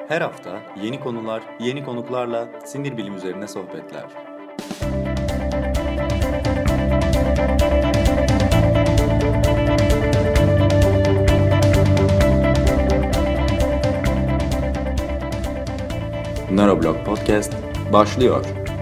Her hafta yeni konular, yeni konuklarla sinir bilim üzerine sohbetler. Neuroblog Podcast başlıyor.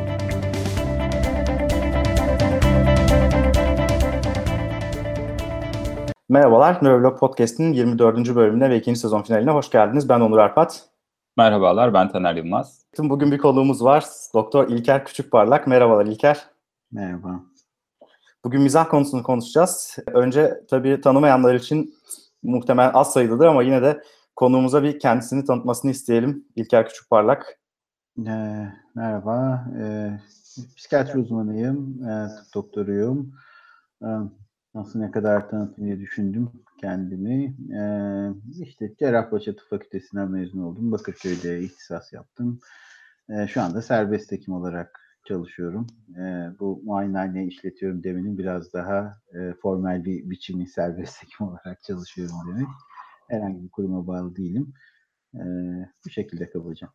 Merhabalar, Neuroblog Podcast'in 24. bölümüne ve ikinci sezon finaline hoş geldiniz. Ben Onur Arpat. Merhabalar, ben Taner Yılmaz. Bugün bir konuğumuz var, Doktor İlker Küçükparlak. Merhabalar İlker. Merhaba. Bugün mizah konusunu konuşacağız. Önce tabii tanımayanlar için muhtemelen az sayıdadır ama yine de konuğumuza bir kendisini tanıtmasını isteyelim. İlker Küçükparlak. Merhaba, psikiyatri uzmanıyım, tıp doktoruyum. Nasıl ne kadar tanıtım diye düşündüm kendimi. İşte Cerrahpaşa Tıp Fakültesinden mezun oldum. Bakırköy'de ihtisas yaptım. Şu anda serbest hekim olarak çalışıyorum. Bu muayenehane işletiyorum demenin biraz daha formal bir biçimi serbest hekim olarak çalışıyorum demek. Herhangi bir kuruma bağlı değilim. Bu şekilde kalacağım.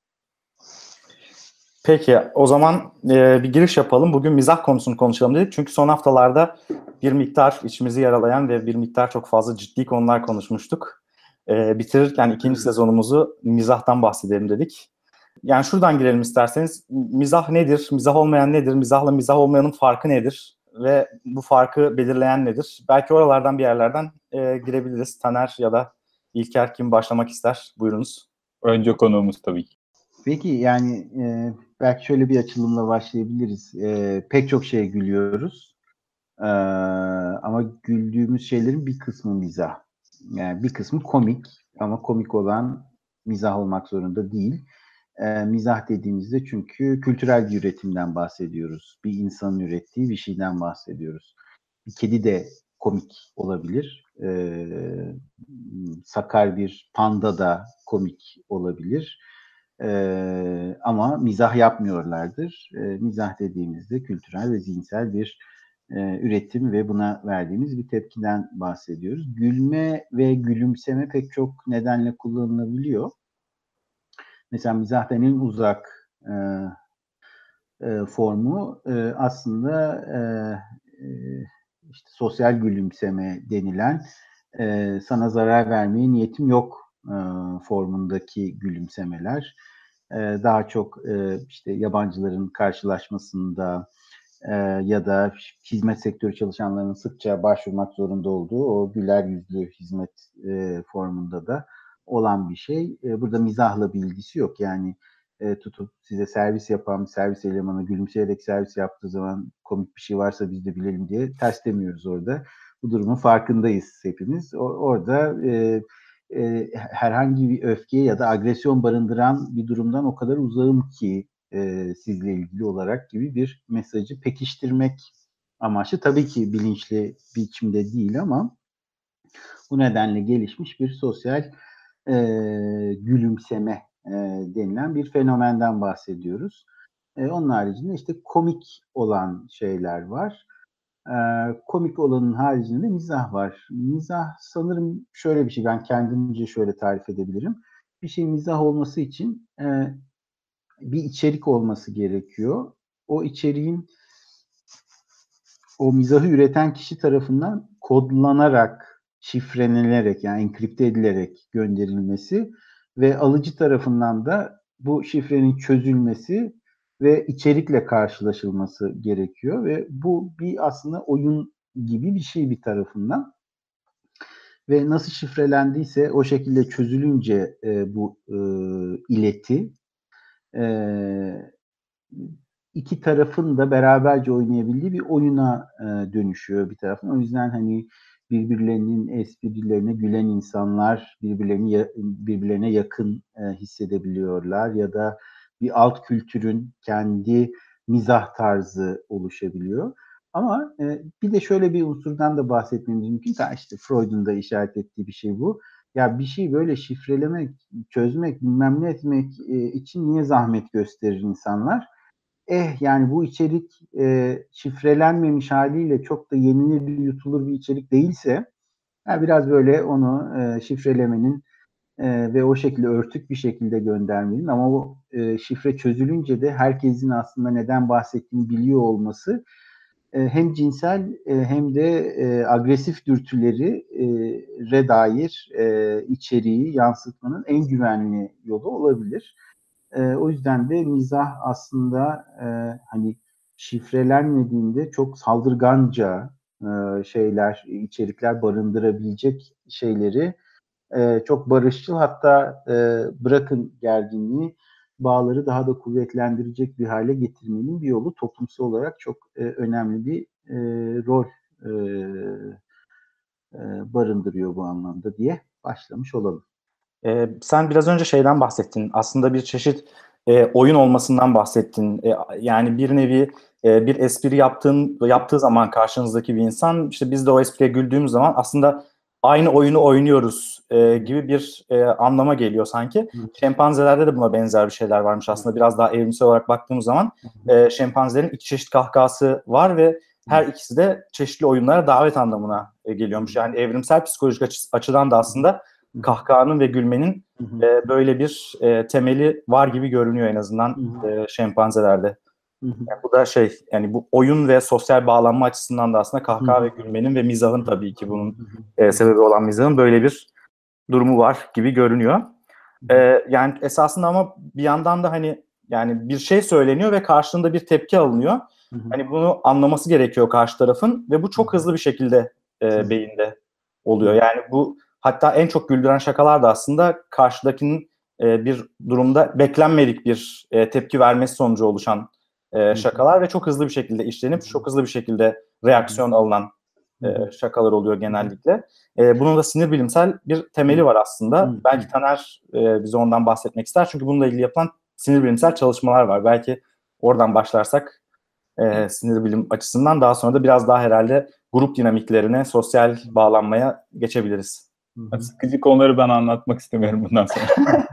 Peki, o zaman bir giriş yapalım. Bugün mizah konusunu konuşalım dedik. Çünkü son haftalarda bir miktar içimizi yaralayan ve bir miktar çok fazla ciddi konular konuşmuştuk. Bitirirken ikinci sezonumuzu mizahtan bahsedelim dedik. Yani şuradan girelim isterseniz. Mizah nedir? Mizah olmayan nedir? Mizahla mizah olmayanın farkı nedir? Ve bu farkı belirleyen nedir? Belki oralardan bir yerlerden girebiliriz. Taner ya da İlker, kim başlamak ister? Buyurunuz. Önce konuğumuz tabii ki. Peki yani belki şöyle bir açılımla başlayabiliriz. Pek çok şeye gülüyoruz. Ama güldüğümüz şeylerin bir kısmı mizah. Yani bir kısmı komik ama komik olan mizah olmak zorunda değil. Mizah dediğimizde çünkü kültürel bir üretimden bahsediyoruz. Bir insanın ürettiği bir şeyden bahsediyoruz. Bir kedi de komik olabilir. Sakar bir panda da komik olabilir. Ama mizah yapmıyorlardır. Mizah dediğimizde kültürel ve zihinsel bir üretim ve buna verdiğimiz bir tepkiden bahsediyoruz. Gülme ve gülümseme pek çok nedenle kullanılabiliyor. Mesela mizahtan en uzak formu aslında işte sosyal gülümseme denilen sana zarar vermeye niyetim yok formundaki gülümsemeler. Daha çok işte yabancıların karşılaşmasında ya da hizmet sektörü çalışanlarının sıkça başvurmak zorunda olduğu o güler yüzlü hizmet formunda da olan bir şey. Burada mizahla bir ilgisi yok. Yani tutup size servis yapan bir servis elemanı gülümseyerek servis yaptığı zaman komik bir şey varsa biz de bilelim diye ters demiyoruz orada. Bu durumun farkındayız hepimiz. Orada herhangi bir öfke ya da agresyon barındıran bir durumdan o kadar uzağım ki sizle ilgili olarak gibi bir mesajı pekiştirmek amaçlı. Tabii ki bilinçli biçimde değil ama bu nedenle gelişmiş bir sosyal gülümseme denilen bir fenomenden bahsediyoruz. Onun haricinde işte komik olan şeyler var. Komik olanın haricinde mizah var. Mizah sanırım şöyle bir şey, ben kendimce şöyle tarif edebilirim. Bir şey mizah olması için bir içerik olması gerekiyor. O içeriğin o mizahı üreten kişi tarafından kodlanarak, şifrelenerek yani enkripte edilerek gönderilmesi ve alıcı tarafından da bu şifrenin çözülmesi ve içerikle karşılaşılması gerekiyor ve bu bir aslında oyun gibi bir şey bir tarafından ve nasıl şifrelendiyse o şekilde çözülünce bu ileti iki tarafın da beraberce oynayabildiği bir oyuna dönüşüyor bir tarafın. O yüzden hani birbirlerinin esprilerine gülen insanlar birbirlerine yakın hissedebiliyorlar ya da bir alt kültürün kendi mizah tarzı oluşabiliyor. Ama bir de şöyle bir unsurdan da bahsetmemiz mümkün. İşte Freud'un da işaret ettiği bir şey bu. Ya bir şey böyle şifrelemek, çözmek, bilmem ne etmek için niye zahmet gösterir insanlar? Yani bu içerik şifrelenmemiş haliyle çok da yenilir, yutulur bir içerik değilse biraz böyle onu şifrelemenin ve o şekilde örtük bir şekilde göndermenin, ama o şifre çözülünce de herkesin aslında neden bahsettiğini biliyor olması hem cinsel hem de agresif dürtüleri dair içeriği yansıtmanın en güvenli yolu olabilir. O yüzden de mizah aslında hani şifrelenmediğinde çok saldırganca şeyler, içerikler barındırabilecek şeyleri çok barışçıl, hatta bırakın gerginliği, bağları daha da kuvvetlendirecek bir hale getirmenin bir yolu, toplumsal olarak çok önemli bir rol e, barındırıyor bu anlamda diye başlamış olalım. Sen biraz önce şeyden bahsettin. Aslında bir çeşit oyun olmasından bahsettin. Yani bir nevi bir espri yaptığı zaman karşınızdaki bir insan, işte biz de o espriye güldüğümüz zaman aslında aynı oyunu oynuyoruz gibi bir anlama geliyor sanki. Şempanzelerde de buna benzer bir şeyler varmış aslında. Biraz daha evrimsel olarak baktığımız zaman şempanzelerin iki çeşit kahkahası var ve her ikisi de çeşitli oyunlara davet anlamına geliyormuş. Yani evrimsel psikolojik açıdan da aslında kahkahanın ve gülmenin böyle bir temeli var gibi görünüyor en azından şempanzelerde. Yani bu da yani bu oyun ve sosyal bağlanma açısından da aslında kahkaha ve gülmenin ve mizahın, tabii ki bunun sebebi olan mizahın böyle bir durumu var gibi görünüyor. Yani esasında ama bir yandan da hani yani bir şey söyleniyor ve karşılığında bir tepki alınıyor. Hani bunu anlaması gerekiyor karşı tarafın ve bu çok hızlı bir şekilde beyinde oluyor. Yani bu hatta en çok güldüren şakalar da aslında karşıdakinin bir durumda beklenmedik bir tepki vermesi sonucu oluşan şakalar ve çok hızlı bir şekilde işlenip çok hızlı bir şekilde reaksiyon alınan şakalar oluyor genellikle. Bunun da sinir bilimsel bir temeli var aslında. Belki Taner bize ondan bahsetmek ister. Çünkü bununla ilgili yapılan sinir bilimsel çalışmalar var. Belki oradan başlarsak sinir bilim açısından, daha sonra da biraz daha herhalde grup dinamiklerine, sosyal bağlanmaya geçebiliriz. Sıkıcı konuları ben anlatmak istemiyorum bundan sonra.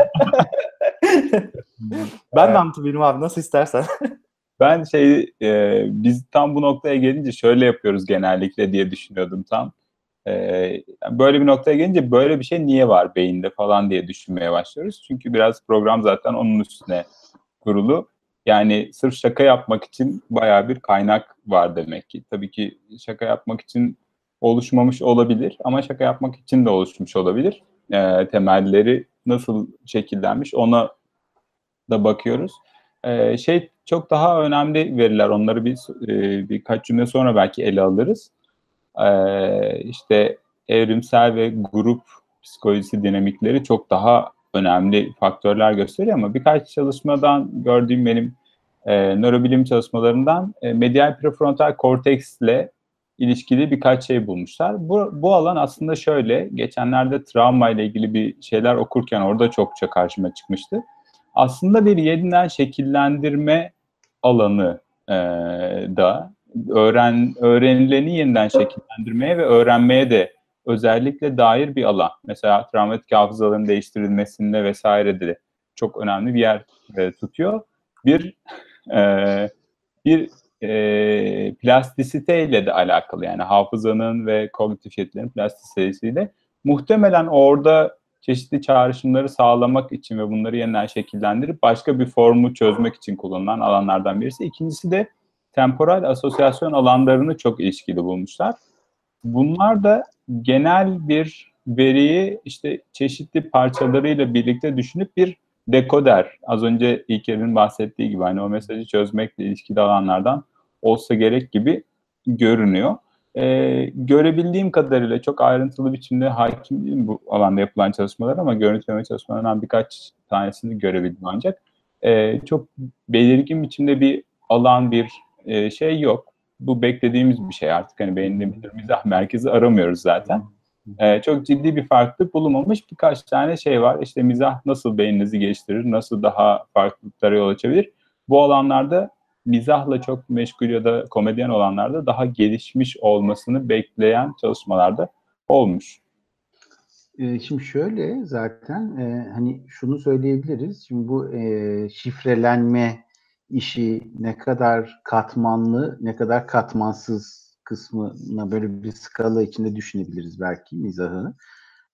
Ben de anlatabilirim abi, nasıl istersen. Ben biz tam bu noktaya gelince şöyle yapıyoruz genellikle diye düşünüyordum tam. Böyle bir noktaya gelince böyle bir şey niye var beyinde falan diye düşünmeye başlıyoruz. Çünkü biraz program zaten onun üstüne kurulu. Yani sırf şaka yapmak için bayağı bir kaynak var demek ki. Tabii ki şaka yapmak için oluşmamış olabilir ama şaka yapmak için de oluşmuş olabilir. Temelleri nasıl şekillenmiş ona da bakıyoruz. Çok daha önemli veriler. Onları birkaç cümle sonra belki ele alırız. İşte evrimsel ve grup psikolojisi dinamikleri çok daha önemli faktörler gösteriyor ama birkaç çalışmadan gördüğüm benim nörobilim çalışmalarından medial prefrontal korteksle ilişkili birkaç şey bulmuşlar. Bu alan aslında şöyle, geçenlerde travma ile ilgili bir şeyler okurken orada çokça karşıma çıkmıştı. Aslında bir yeniden şekillendirme alanı da öğrenileni yeniden şekillendirmeye ve öğrenmeye de özellikle dair bir alan. Mesela travmatik hafızaların değiştirilmesinde vesaire de çok önemli bir yer tutuyor. Bir plastisiteyle de alakalı, yani hafızanın ve kognitif yetilerin plastisitesiyle muhtemelen orada çeşitli çağrışımları sağlamak için ve bunları yeniden şekillendirip başka bir formu çözmek için kullanılan alanlardan birisi. İkincisi de temporal asosyasyon alanlarını çok ilişkili bulmuşlar. Bunlar da genel bir veriyi işte çeşitli parçalarıyla birlikte düşünüp bir dekoder, az önce İlker'in bahsettiği gibi hani o mesajı çözmekle ilişkili alanlardan olsa gerek gibi görünüyor. Görebildiğim kadarıyla çok ayrıntılı biçimde hakim değilim bu alanda yapılan çalışmalar ama görüntüleme çalışmalarından birkaç tanesini görebildim ancak. Çok belirgin biçimde bir alan, bir şey yok. Bu beklediğimiz bir şey artık. Hani beyinde bir mizah merkezi aramıyoruz zaten. Çok ciddi bir farklılık bulunmamış. Birkaç tane şey var. İşte mizah nasıl beyninizi geliştirir, nasıl daha farklılıklara yol açabilir. Bu alanlarda mizahla çok meşgul ya da komedyen olanlarda daha gelişmiş olmasını bekleyen çalışmalarda olmuş. Şimdi şöyle, zaten hani şunu söyleyebiliriz. Şimdi bu şifrelenme işi ne kadar katmanlı, ne kadar katmansız kısmına böyle bir skala içinde düşünebiliriz belki mizahı.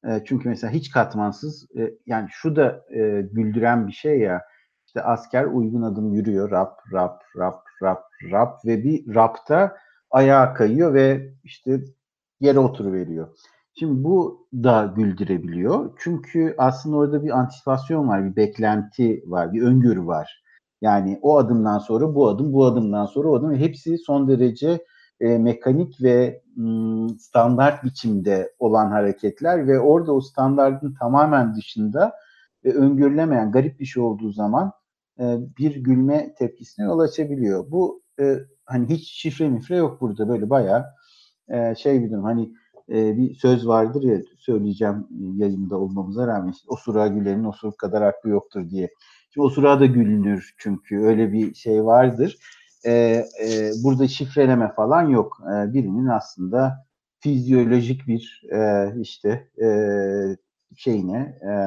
Çünkü mesela hiç katmansız, yani şu da güldüren bir şey ya, işte asker uygun adım yürüyor, rap rap rap rap rap ve bir rapta ayağa kayıyor ve işte yere oturuveriyor. Şimdi bu da güldürebiliyor. Çünkü aslında orada bir antisipasyon var, bir beklenti var, bir öngörü var. Yani o adımdan sonra bu adım, bu adımdan sonra o adım. Hepsi son derece mekanik ve standart biçimde olan hareketler ve orada o standartın tamamen dışında öngörülemeyen garip bir şey olduğu zaman bir gülme tepkisine yol açabiliyor. Bu hani hiç şifre mifre yok burada, böyle bayağı şey bir durum. Hani bir söz vardır ya, söyleyeceğim yayında olmamıza rağmen, işte, osurağa gülenin osuruk kadar aklı yoktur diye. Şimdi osurağa da gülünür çünkü öyle bir şey vardır. Burada şifreleme falan yok. Birinin aslında fizyolojik bir işte şeyine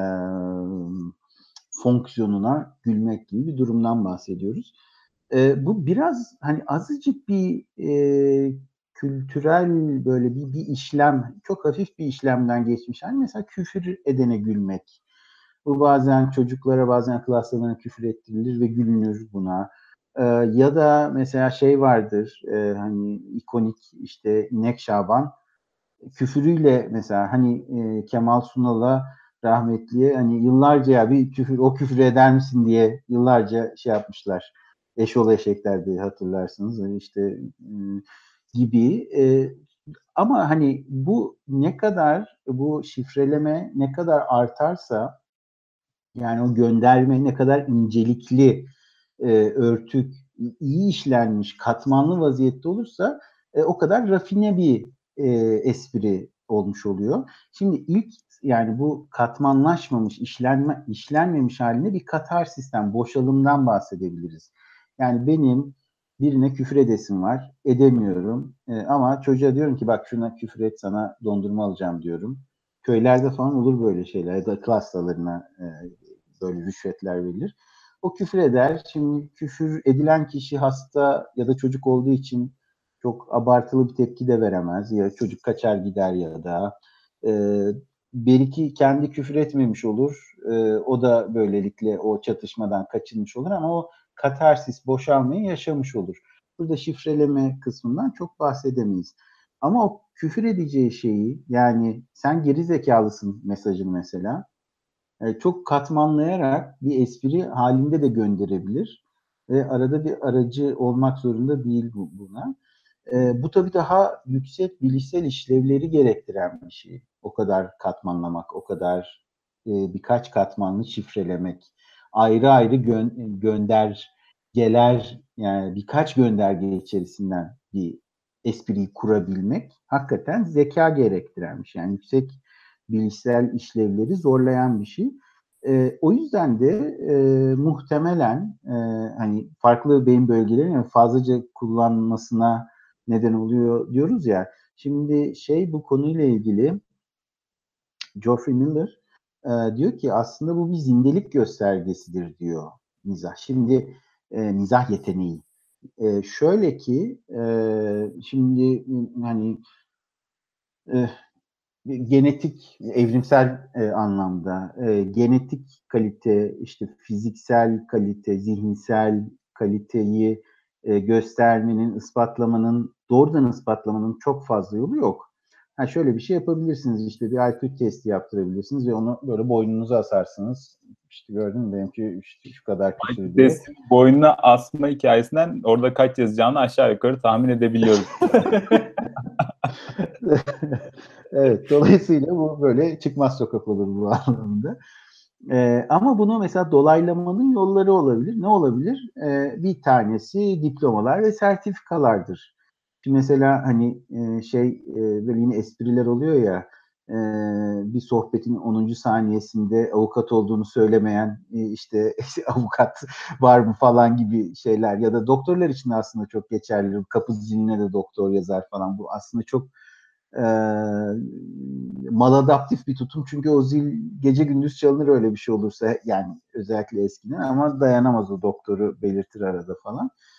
fonksiyonuna gülmek gibi bir durumdan bahsediyoruz. Bu biraz hani azıcık bir kültürel böyle bir işlem, çok hafif bir işlemden geçmiş. Hani mesela küfür edene gülmek. Bu bazen çocuklara, bazen akıl hastalarına küfür ettirilir ve gülünür buna. Ya da mesela şey vardır, hani ikonik işte İnek Şaban küfürüyle mesela, hani Kemal Sunal'a, rahmetliye, hani yıllarca ya bir küfür, o küfür eder misin diye yıllarca şey yapmışlar. Eşol eşekler diye hatırlarsınız. Yani işte gibi. Ama hani bu ne kadar, bu şifreleme ne kadar artarsa, yani o gönderme ne kadar incelikli, örtük, iyi işlenmiş, katmanlı vaziyette olursa o kadar rafine bir espri olmuş oluyor. Şimdi ilk, yani bu katmanlaşmamış, işlenmemiş halinde bir katarsisten, boşalımdan bahsedebiliriz. Yani benim birine küfür edesim var, edemiyorum. Ama çocuğa diyorum ki bak şuna küfür et, sana dondurma alacağım diyorum. Köylerde falan olur böyle şeyler, ya da akıl hastalarına böyle rüşvetler verilir. O küfür eder. Şimdi küfür edilen kişi hasta ya da çocuk olduğu için çok abartılı bir tepki de veremez. Ya çocuk kaçar gider ya da e, belki kendi küfür etmemiş olur. O da böylelikle o çatışmadan kaçınmış olur ama o katarsis, boşalmayı yaşamış olur. Burada şifreleme kısmından çok bahsedemeyiz. Ama o küfür edeceği şeyi, yani sen geri zekalısın mesajını mesela çok katmanlayarak bir espri halinde de gönderebilir. Ve arada bir aracı olmak zorunda değil buna. Bu tabii daha yüksek bilişsel işlevleri gerektiren bir şey. O kadar katmanlamak, o kadar birkaç katmanlı şifrelemek, ayrı ayrı göndergeler, yani birkaç gönderge içerisinden bir espriyi kurabilmek hakikaten zeka gerektiren bir şey. Yani yüksek bilişsel işlevleri zorlayan bir şey. O yüzden de muhtemelen hani farklı beyin bölgelerinin fazlaca kullanmasına neden oluyor diyoruz ya. Şimdi bu konuyla ilgili Geoffrey Miller diyor ki aslında bu bir zindelik göstergesidir diyor mizah. Şimdi mizah yeteneği. Şöyle ki şimdi hani e, genetik, evrimsel anlamda genetik kalite, işte fiziksel kalite, zihinsel kaliteyi göstermenin, ispatlamanın, doğrudan ispatlamanın çok fazla yolu yok. Ha, şöyle bir şey yapabilirsiniz, işte bir IQ testi yaptırabilirsiniz ve onu böyle boynunuza asarsınız. İşte gördün mü benimki işte şu kadar küsür diye. Testini boynuna asma hikayesinden orada kaç yazacağını aşağı yukarı tahmin edebiliyoruz. Evet, dolayısıyla bu böyle çıkmaz sokak olur bu anlamda. Ama bunu mesela dolaylamanın yolları olabilir. Ne olabilir? Bir tanesi diplomalar ve sertifikalardır. Şimdi mesela hani böyle yine espriler oluyor ya, bir sohbetin 10. saniyesinde avukat olduğunu söylemeyen işte avukat var mı falan gibi şeyler, ya da doktorlar için aslında çok geçerli. Kapı ziline de doktor yazar falan. Bu aslında çok e, maladaptif bir tutum. Çünkü o zil gece gündüz çalınır öyle bir şey olursa, yani özellikle eskiden, ama dayanamaz, o doktoru belirtir arada falan.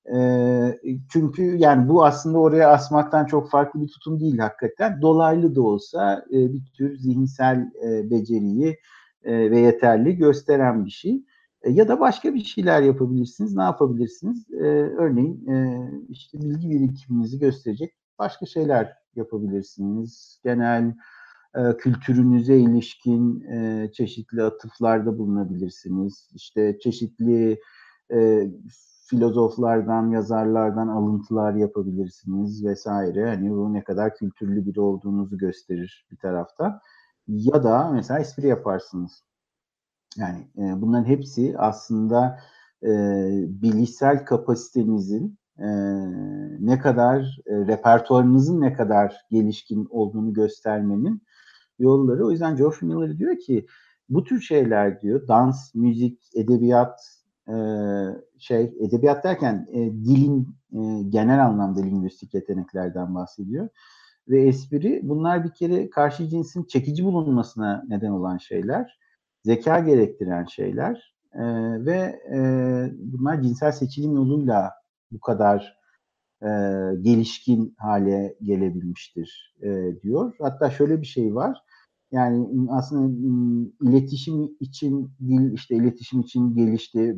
Çünkü yani bu aslında oraya asmaktan çok farklı bir tutum değil hakikaten. Dolaylı da olsa bir tür zihinsel beceriyi ve yeterli gösteren bir şey. Ya da başka bir şeyler yapabilirsiniz. Ne yapabilirsiniz? Örneğin işte bilgi birikiminizi gösterecek başka şeyler yapabilirsiniz. Genel kültürünüze ilişkin çeşitli atıflarda bulunabilirsiniz. İşte çeşitli e, filozoflardan, yazarlardan alıntılar yapabilirsiniz vesaire. Hani bu ne kadar kültürlü biri olduğunuzu gösterir bir tarafta. Ya da mesela espri yaparsınız. Yani bunların hepsi aslında bilişsel kapasitenizin ne kadar, repertuarınızın ne kadar gelişkin olduğunu göstermenin yolları. O yüzden Geoffrey Miller diyor ki bu tür şeyler diyor, dans, müzik, edebiyat, edebiyat derken dilin genel anlamda lingüistik yeteneklerden bahsediyor. Ve espri, bunlar bir kere karşı cinsin çekici bulunmasına neden olan şeyler, zeka gerektiren şeyler ve bunlar cinsel seçilim yoluyla bu kadar gelişkin hale gelebilmiştir diyor. Hatta şöyle bir şey var. Yani aslında iletişim için dil, işte iletişim için gelişti,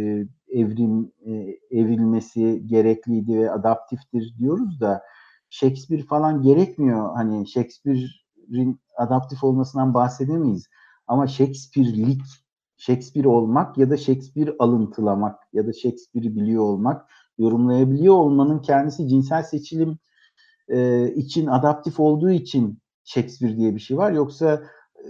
evrilmesi gerekliydi ve adaptiftir diyoruz da Shakespeare falan gerekmiyor. Hani Shakespeare'in adaptif olmasından bahsedemeyiz. Ama Shakespeare'lik, Shakespeare olmak ya da Shakespeare alıntılamak ya da Shakespeare'i biliyor olmak, yorumlayabiliyor olmanın kendisi cinsel seçilim için adaptif olduğu için Shakespeare diye bir şey var. Yoksa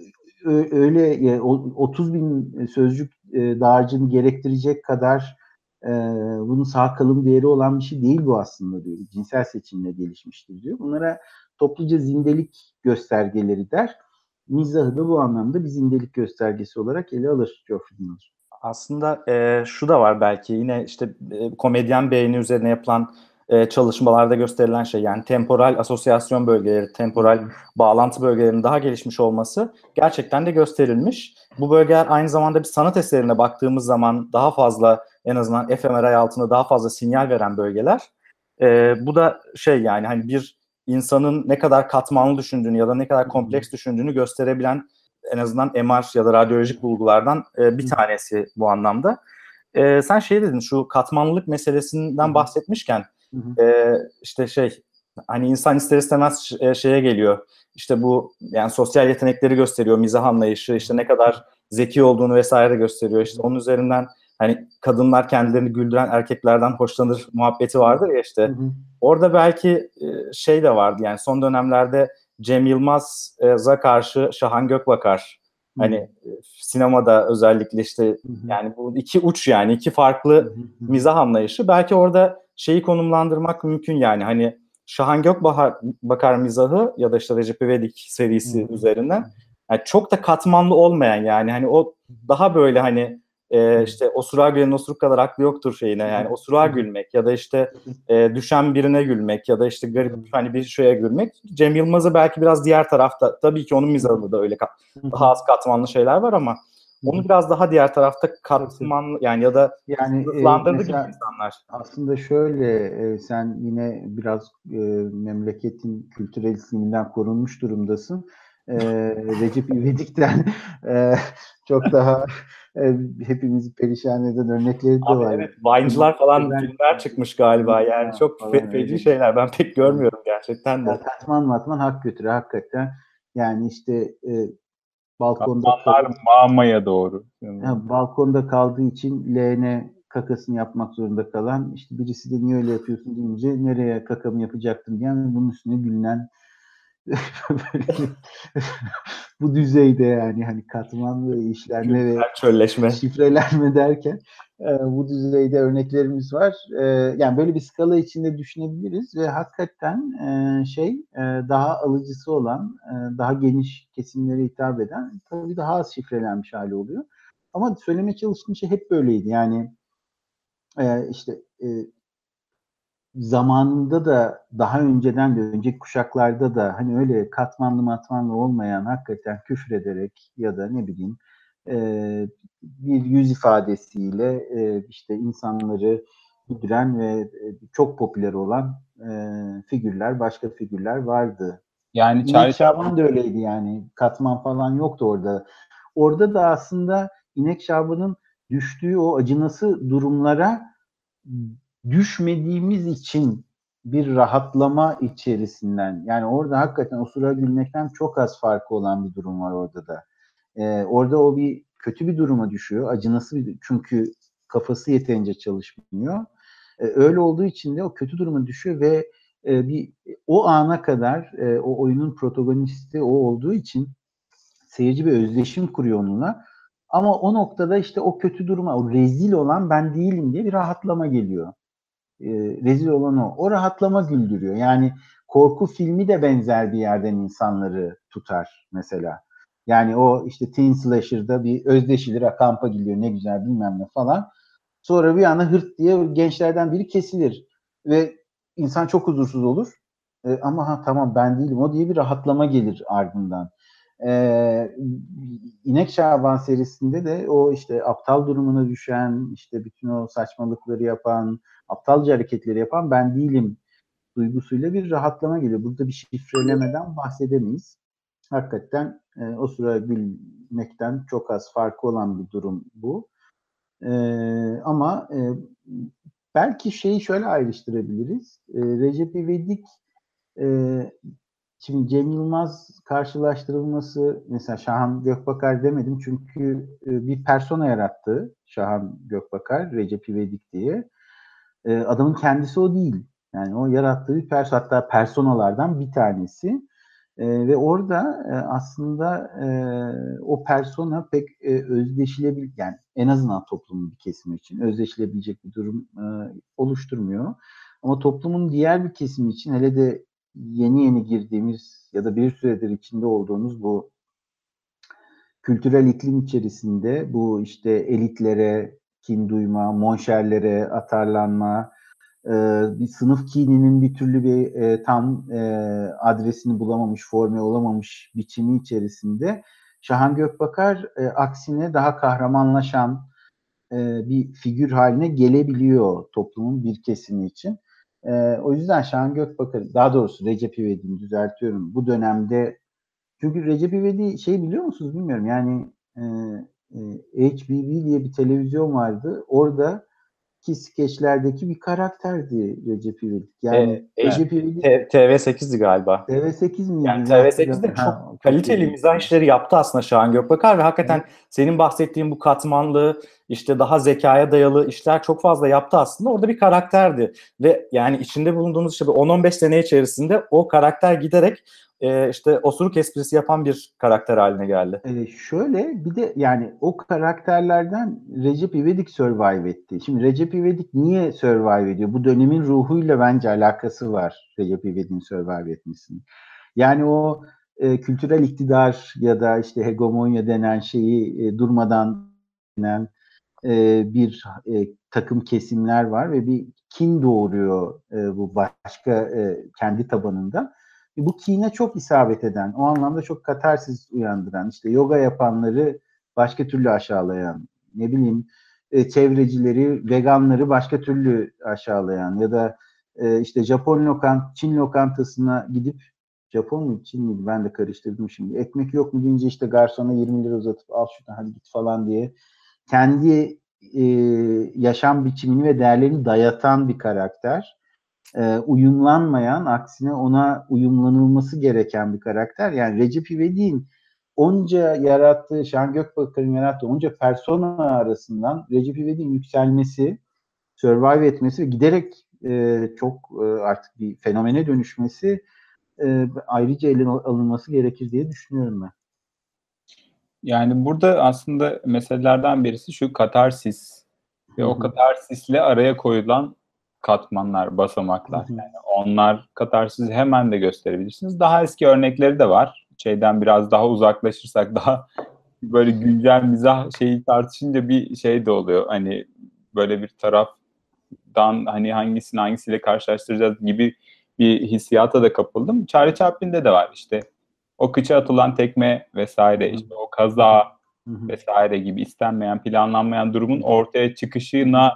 öyle 30 bin sözcük dağarcığını gerektirecek kadar bunun sağ kalım değeri olan bir şey değil bu aslında diyor. Cinsel seçimle gelişmiştir diyor. Bunlara topluca zindelik göstergeleri der. Mizahı da bu anlamda bir zindelik göstergesi olarak ele alır Geoffrey Miller. Aslında şu da var belki yine işte komedyen beyni üzerine yapılan çalışmalarda gösterilen şey, yani temporal asosyasyon bölgeleri, temporal bağlantı bölgelerinin daha gelişmiş olması gerçekten de gösterilmiş. Bu bölgeler aynı zamanda bir sanat eserine baktığımız zaman daha fazla, en azından fMRI altında daha fazla sinyal veren bölgeler. Bu da şey, yani hani bir insanın ne kadar katmanlı düşündüğünü ya da ne kadar kompleks düşündüğünü gösterebilen en azından MR ya da radyolojik bulgulardan bir tanesi bu anlamda. Sen şey dedin, şu katmanlılık meselesinden bahsetmişken işte şey, hani insan ister istemez şeye geliyor. İşte bu, yani sosyal yetenekleri gösteriyor, mizah anlayışı, işte ne kadar zeki olduğunu vesaire gösteriyor. İşte onun üzerinden hani kadınlar kendilerini güldüren erkeklerden hoşlanır muhabbeti vardır ya işte. Orada belki şey de vardı, yani son dönemlerde Cem Yılmaz'a karşı Şahan Gökbakar, hani sinemada özellikle işte, yani bu iki uç, yani iki farklı mizah anlayışı. Belki orada şeyi konumlandırmak mümkün, yani hani Şahan Gökbakar mizahı ya da işte Recep İvedik serisi üzerinden yani çok da katmanlı olmayan, yani hani o daha böyle hani işte osurağa gülenin osuruk kadar aklı yoktur şeyine, yani osuruğa gülmek ya da işte düşen birine gülmek ya da işte garip hani bir şeye gülmek. Cem Yılmaz'ı belki biraz diğer tarafta, tabii ki onun mizahında da öyle daha az katmanlı şeyler var ama onu biraz daha diğer tarafta katmanlı, yani ya da sınıflandırdı gibi mesela insanlar. aslında şöyle sen yine biraz memleketin kültürel ikliminden korunmuş durumdasın. Recep İvedik'ten çok daha hepimizi perişan eden örnekleri de Abi var. evet, Vine'cılar falan Ben filmler çıkmış galiba, yani çok falan feci öyle. şeyler, ben pek görmüyorum gerçekten de. Ya katman matman hak götürüyor hakikaten. Yani işte balkonda Katmanlar mağmaya doğru. balkonda kaldığı için leğene kakasını yapmak zorunda kalan, işte birisi de niye öyle yapıyorsun deyince nereye kakamı yapacaktım diyen ve bunun üstüne gülünen bu düzeyde, yani hani katmanlı işlenme ve Kültürel çölleşme. şifrelenme derken bu düzeyde örneklerimiz var. Yani böyle bir skala içinde düşünebiliriz ve hakikaten daha alıcısı olan, daha geniş kesimlere hitap eden, tabii daha az şifrelenmiş hali oluyor. Ama söylemeye çalıştığım şey hep böyleydi. Yani işte zamanında da, daha önceden de, önceki kuşaklarda da hani öyle katmanlı matmanlı olmayan, hakikaten küfür ederek ya da ne bileyim bir yüz ifadesiyle işte insanları güldüren ve çok popüler olan figürler, başka figürler vardı. Yani İnek Şaban da öyleydi yani. Katman falan yoktu orada. Orada da aslında İnek Şaban'ın düştüğü o acınası durumlara düşmediğimiz için bir rahatlama içerisinden, yani orada hakikaten osura gülmekten çok az farkı olan bir durum var orada da. Orada o bir kötü bir duruma düşüyor. Acınası bir, çünkü kafası yeterince çalışmıyor. Öyle olduğu için de o kötü duruma düşüyor ve bir o ana kadar o oyunun protagonisti o olduğu için seyirci bir özdeşim kuruyor onunla. Ama o noktada işte o kötü duruma, o rezil olan ben değilim diye bir rahatlama geliyor. Rezil olan o. O rahatlama güldürüyor. Yani korku filmi de benzer bir yerden insanları tutar mesela. Yani o işte teen slasher'da bir özdeşilir, kampa gidiyor ne güzel bilmem ne falan. Sonra bir anda hırt diye gençlerden biri kesilir. Ve insan çok huzursuz olur. Ama tamam ben değilim o diye bir rahatlama gelir ardından. İnek Şaban serisinde de o işte aptal durumuna düşen, işte bütün o saçmalıkları yapan, aptalca hareketleri yapan ben değilim duygusuyla bir rahatlama geliyor. Burada bir şifrelemeden bahsedemeyiz. Hakikaten o sıra gülmekten çok az farkı olan bir durum bu. Ama belki şeyi şöyle ayrıştırabiliriz. Recep İvedik e, şimdi Cem Yılmaz karşılaştırılması, mesela Şahan Gökbakar demedim çünkü bir persona yarattı Şahan Gökbakar, Recep İvedik diye. Adamın kendisi o değil. Yani o yarattığı bir hatta personalardan bir tanesi. Ve orada aslında o persona pek özdeşilebilir, yani en azından toplumun bir kesimi için özdeşilebilecek bir durum oluşturmuyor. Ama toplumun diğer bir kesimi için, hele de yeni yeni girdiğimiz ya da bir süredir içinde olduğumuz bu kültürel iklim içerisinde, bu işte elitlere kin duyma, monşerlere atarlanma, bir sınıf kininin bir türlü bir tam adresini bulamamış, forme olamamış biçimi içerisinde Şahan Gökbakar aksine daha kahramanlaşan bir figür haline gelebiliyor toplumun bir kesimi için. O yüzden Şahan Gökbakar, daha doğrusu Recep İvedik'i düzeltiyorum. Bu dönemde, çünkü Recep İvedik şey biliyor musunuz bilmiyorum. Yani HBB diye bir televizyon vardı. Orada ki skeçlerdeki bir karakterdi Recep İvedik. Yani Recep İvedik TV8'di galiba. TV8 Yani miydi? TV8'de Hatırlamıyorum. çok Ha, çok kaliteli iyi. mizah işleri yaptı aslında Şahan Gökbakar ve hakikaten Evet. senin bahsettiğin bu katmanlı, işte daha zekaya dayalı işler çok fazla yaptı aslında. Orada bir karakterdi ve yani içinde bulunduğumuz işte 10-15 sene içerisinde o karakter giderek işte osuruk esprisi yapan bir karakter haline geldi. Şöyle bir de yani o karakterlerden Recep İvedik survive etti. Şimdi Recep İvedik niye survive ediyor? Bu dönemin ruhuyla bence alakası var Recep İvedik'in survive etmesinin. Yani o kültürel iktidar ya da işte hegemonya denen şeyi durmadan denen bir takım kesimler var ve bir kin doğuruyor bu başka kendi tabanında. Bu kine çok isabet eden, o anlamda çok katarsis uyandıran, işte yoga yapanları başka türlü aşağılayan, ne bileyim çevrecileri, veganları başka türlü aşağılayan ya da işte Çin lokantasına gidip, Japon mu Çin miydi ben de karıştırdım şimdi. Ekmek yok mu deyince işte garsona 20 lira uzatıp al şuradan hadi git falan diye kendi yaşam biçimini ve değerlerini dayatan bir karakter. Uyumlanmayan, aksine ona uyumlanılması gereken bir karakter. Yani Recep İvedik'in onca yarattığı, Şahan Gökbakar'ın yarattığı onca persona arasından Recep İvedik'in yükselmesi, survive etmesi ve giderek çok artık bir fenomene dönüşmesi ayrıca ele alınması gerekir diye düşünüyorum ben. Yani burada aslında meselelerden birisi şu katarsis ve o katarsisle araya koyulan katmanlar, basamaklar. Yani onlar katarsisi hemen de gösterebilirsiniz. Daha eski örnekleri de var. Şeyden biraz daha uzaklaşırsak daha böyle güncel mizah şeyi tartışınca bir şey de oluyor. Hani böyle bir taraftan hani hangisini hangisiyle karşılaştıracağız gibi bir hissiyata da kapıldım. Charlie Chaplin'de de var işte. O kıça atılan tekme vesaire, işte o kaza vesaire gibi istenmeyen, planlanmayan durumun ortaya çıkışına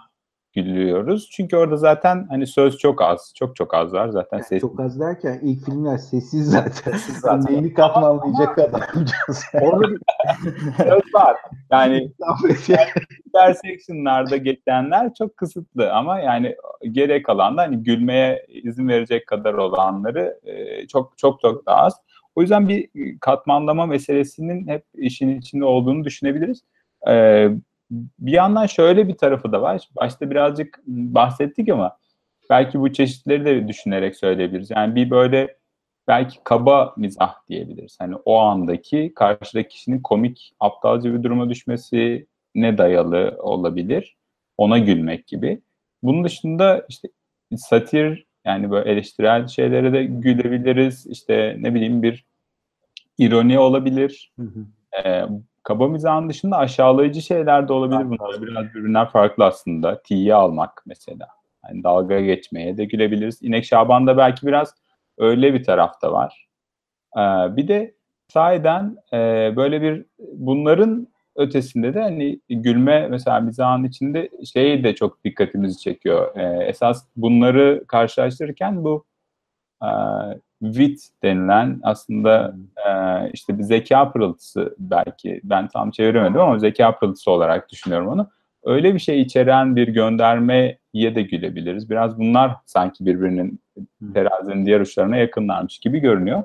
gülüyoruz. Çünkü orada zaten hani söz çok az. Çok az var zaten Yani sessiz. çok az derken ilk filmler sessiz zaten. Sessiz zaten. Neyini katmanlayacak adamcağız. Orada bir Söz var. Yani Yani. intersection'larda geçenler çok kısıtlı ama yani geri kalan da hani gülmeye izin verecek kadar olanları çok daha az. O yüzden bir katmanlama meselesinin hep işin içinde olduğunu düşünebiliriz. E, Bir yandan şöyle bir tarafı da var. Başta birazcık bahsettik ama belki bu çeşitleri de düşünerek söyleyebiliriz. Yani bir böyle belki kaba mizah diyebiliriz. Hani o andaki karşıdaki kişinin komik, aptalca bir duruma düşmesine dayalı olabilir. Ona gülmek gibi. Bunun dışında işte satir, yani böyle eleştirel şeylere de gülebiliriz. İşte ne bileyim bir ironi olabilir. Hı hı. Kaba mizahın dışında aşağılayıcı şeyler de olabilir. Bunlar biraz birbirinden farklı aslında. Tiye almak mesela. Yani dalga geçmeye de gülebiliriz. İnek Şaban'da belki biraz öyle bir tarafta var. Bir de sahiden böyle bir bunların ötesinde de hani gülme mesela mizahın içinde şey de çok dikkatimizi çekiyor. Esas bunları karşılaştırırken bu e, wit denilen aslında işte bir zeka pırıltısı, belki ben tam çeviremedim ama zeka pırıltısı olarak düşünüyorum onu. Öyle bir şey içeren bir göndermeye de gülebiliriz. Biraz bunlar sanki birbirinin terazinin diğer uçlarına yakınlarmış gibi görünüyor.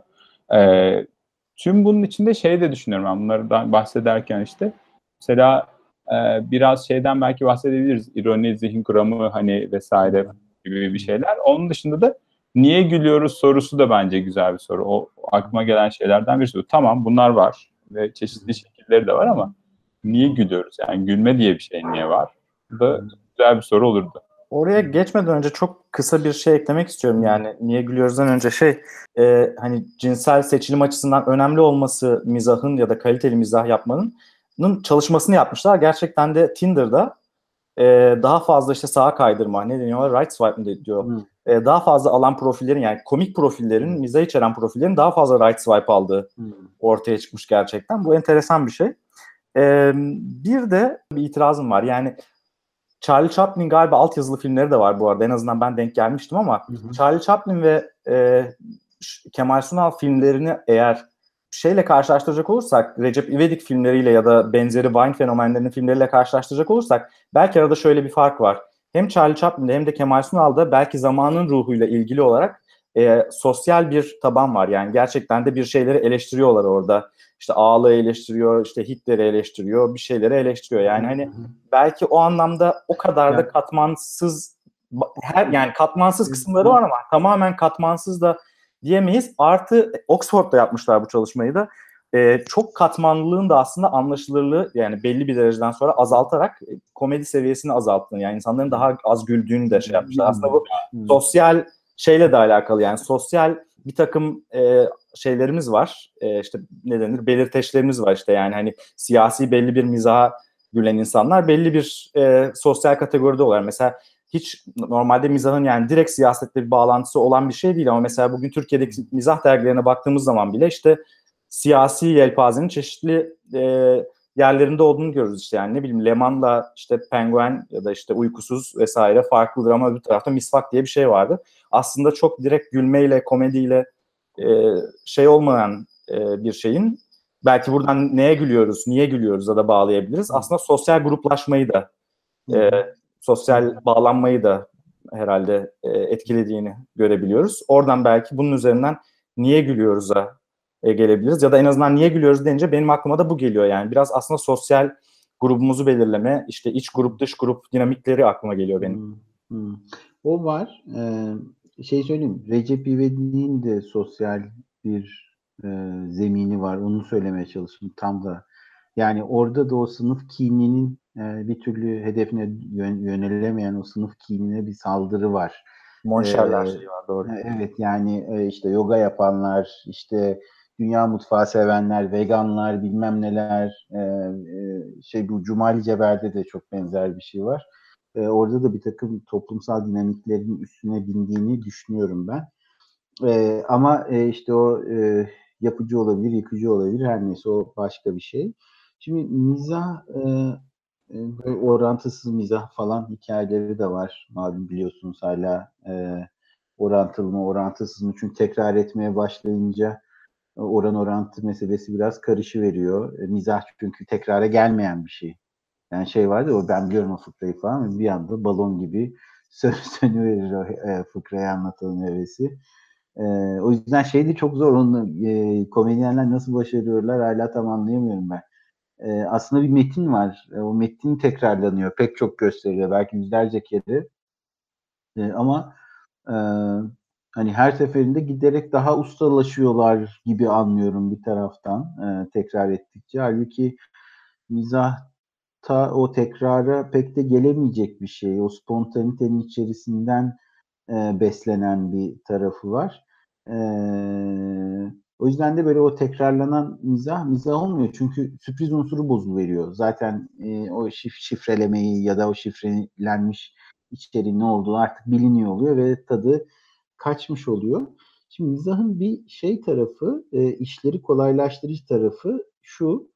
Tüm bunun içinde şey de düşünüyorum ben bunlardan bahsederken işte mesela biraz şeyden belki bahsedebiliriz. İroni, zihin kuramı hani vesaire gibi bir şeyler. Onun dışında da niye gülüyoruz sorusu da bence güzel bir soru. O aklıma gelen şeylerden birisi. Tamam bunlar var ve çeşitli şekilleri de var ama niye gülüyoruz? Yani gülme diye bir şey niye var? Bu da güzel bir soru olurdu. oraya geçmeden önce çok kısa bir şey eklemek istiyorum. Yani niye gülüyoruzdan önce hani cinsel seçilim açısından önemli olması mizahın ya da kaliteli mizah yapmanın çalışmasını yapmışlar. Gerçekten de Tinder'da daha fazla işte sağa kaydırma, ne deniyor, right swipe mi diyor. Daha fazla alan profillerin, yani komik profillerin, mizah içeren profillerin daha fazla right swipe aldığı ortaya çıkmış gerçekten. Bu enteresan bir şey. Bir de bir itirazım var. Yani Charlie Chaplin galiba altyazılı filmleri de var bu arada. En azından ben denk gelmiştim ama Charlie Chaplin ve Kemal Sunal filmlerini eğer şeyle karşılaştıracak olursak, Recep İvedik filmleriyle ya da benzeri Vine fenomenlerinin filmleriyle karşılaştıracak olursak belki arada şöyle bir fark var. Hem Charlie Chaplin'de hem de Kemal Sunal'da belki zamanın ruhuyla ilgili olarak sosyal bir taban var. Yani gerçekten de bir şeyleri eleştiriyorlar orada. İşte Ağalığı eleştiriyor, işte Hitler'i eleştiriyor, bir şeyleri eleştiriyor. Yani hani belki o anlamda o kadar da katmansız, yani katmansız kısımları var ama tamamen katmansız da diyemeyiz. Artı Oxford'da yapmışlar bu çalışmayı da. Çok katmanlılığın da aslında anlaşılırlığı, yani belli bir dereceden sonra azaltarak komedi seviyesini azalttığını, yani insanların daha az güldüğünü de şey yapmışlar. Aslında bu sosyal şeyle de alakalı, yani sosyal bir takım şeylerimiz var. İşte ne denir? Belirteçlerimiz var işte, yani hani siyasi belli bir mizaha gülen insanlar belli bir sosyal kategoride oluyor. Mesela hiç normalde mizahın yani direkt siyasetle bir bağlantısı olan bir şey değil ama mesela bugün Türkiye'deki mizah dergilerine baktığımız zaman bile işte siyasi yelpazenin çeşitli yerlerinde olduğunu görürüz işte, yani ne bileyim Leman'la işte Penguen ya da işte Uykusuz vesaire farklıdır ama bir tarafta Misvak diye bir şey vardı. Aslında çok direkt gülmeyle, komediyle şey olmayan bir şeyin, belki buradan neye gülüyoruz, niye gülüyoruz da bağlayabiliriz. Aslında sosyal gruplaşmayı da, sosyal bağlanmayı da herhalde etkilediğini görebiliyoruz. Oradan belki bunun üzerinden niye gülüyoruz'a gelebiliriz. Ya da en azından niye gülüyoruz deyince benim aklıma da bu geliyor. Yani biraz aslında sosyal grubumuzu belirleme, işte iç grup dış grup dinamikleri aklıma geliyor benim. O var. Şey söyleyeyim. Recep İvedik'in de sosyal bir zemini var. Onu söylemeye çalıştım tam da. Yani orada da o sınıf kininin bir türlü hedefine yönelemeyen o sınıf kinine bir saldırı var. Monşerler şeyi var, doğru. Evet, yani işte yoga yapanlar, işte dünya mutfağı sevenler, veganlar, bilmem neler, bu Cumali Ceber'de de çok benzer bir şey var. Orada da bir takım toplumsal dinamiklerin üstüne bindiğini düşünüyorum ben. Ama işte o yapıcı olabilir, yıkıcı olabilir, her neyse o başka bir şey. Şimdi mizah böyle orantısız mizah falan hikayeleri de var. Malum biliyorsunuz hala orantılı mı orantısız mı? Çünkü tekrar etmeye başlayınca oran orantı meselesi biraz karışıveriyor. Mizah çünkü tekrara gelmeyen bir şey. Yani şey vardı o ben biliyorum o fıkrayı falan bir anda balon gibi sönüverir o fıkrayı anlatanın hevesi. O yüzden şey de çok zor. Onu komedyenler nasıl başarıyorlar hala tam anlayamıyorum ben. Aslında bir metin var. O metin tekrarlanıyor. Pek çok gösteriyor. Belki yüzlerce kere. Ama e, hani her seferinde giderek daha ustalaşıyorlar gibi anlıyorum bir taraftan tekrar ettikçe. Halbuki mizahta o tekrara pek de gelemeyecek bir şey. O spontanitenin içerisinden beslenen bir tarafı var. E, O yüzden de böyle o tekrarlanan mizah olmuyor. Çünkü sürpriz unsuru bozuluveriyor. Zaten o şifrelemeyi ya da o şifrelenmiş içeriğin ne olduğu artık biliniyor oluyor ve tadı kaçmış oluyor. Şimdi mizahın bir şey tarafı, işleri kolaylaştırıcı tarafı şu,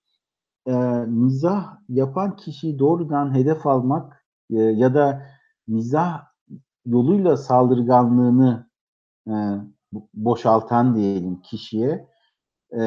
mizah yapan kişiyi doğrudan hedef almak ya da mizah yoluyla saldırganlığını e, boşaltan diyelim kişiye e,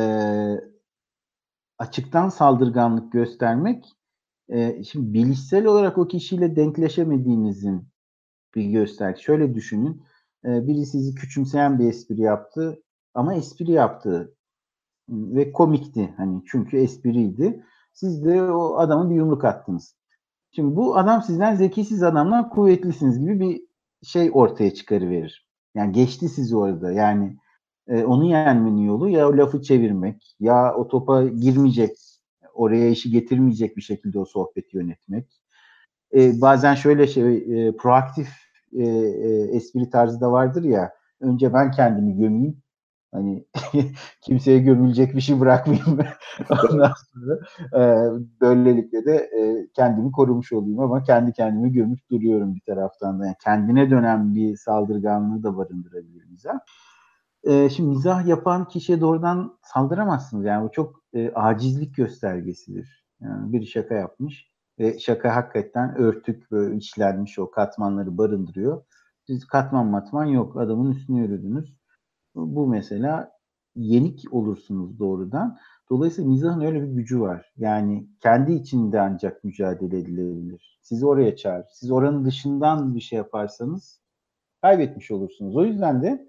açıktan saldırganlık göstermek şimdi bilişsel olarak o kişiyle denkleşemediğinizin bir gösterge. Şöyle düşünün. Biri sizi küçümseyen bir espri yaptı ama espri yaptı ve komikti hani çünkü espriydi. Siz de o adamın bir yumruk attınız. Şimdi bu adam sizden zekisiz adamdan kuvvetlisiniz gibi bir şey ortaya çıkarıverir. Yani geçti sizi orada. Yani onu yenmenin yolu ya o lafı çevirmek ya o topa girmeyecek, oraya işi getirmeyecek bir şekilde o sohbeti yönetmek. Bazen şöyle proaktif espri tarzı da vardır ya. Önce ben kendimi gömeyim. Hani kimseye gömülecek bir şey bırakmayayım. Ondan sonra böylelikle de kendimi korumuş olayım ama kendi kendimi gömüp duruyorum bir taraftan da. Yani kendine dönen bir saldırganlığı da barındırabilir mizah. Şimdi mizah yapan kişiye doğrudan saldıramazsınız. Yani bu çok acizlik göstergesidir. Yani bir şaka yapmış ve şaka hakikaten örtük böyle işlenmiş o katmanları barındırıyor. Siz katman matman yok. Adamın üstüne yürüdünüz. Bu mesela yenik olursunuz doğrudan. Dolayısıyla mizahın öyle bir gücü var. Yani kendi içinde ancak mücadele edilebilir. Sizi oraya çağır. Siz oranın dışından bir şey yaparsanız kaybetmiş olursunuz. O yüzden de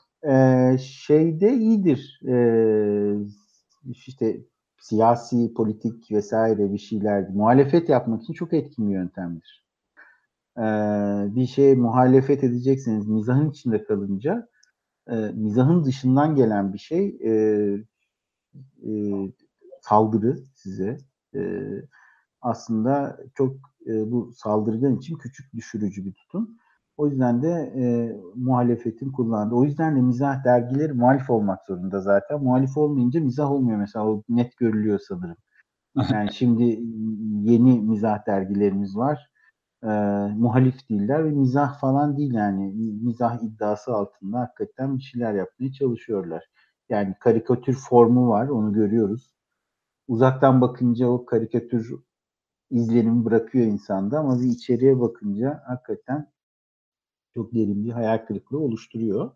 şeyde iyidir. İşte siyasi, politik vesaire bir şeyler muhalefet yapmak için çok etkin bir yöntemdir. Bir şeye muhalefet edecekseniz mizahın içinde kalınca mizahın dışından gelen bir şey e, saldırı size aslında çok bu saldırgan için küçük düşürücü bir tutum. O yüzden de muhalefetin kullandığı. O yüzden de mizah dergileri muhalif olmak zorunda zaten. Muhalif olmayınca mizah olmuyor mesela. O net görülüyor sanırım. Yani şimdi yeni mizah dergilerimiz var. Muhalif değiller ve mizah falan değil yani. Mizah iddiası altında hakikaten bir şeyler yapmaya çalışıyorlar. Yani karikatür formu var, onu görüyoruz. Uzaktan bakınca o karikatür izlenimi bırakıyor insanda ama bir içeriye bakınca hakikaten çok derin bir hayal kırıklığı oluşturuyor.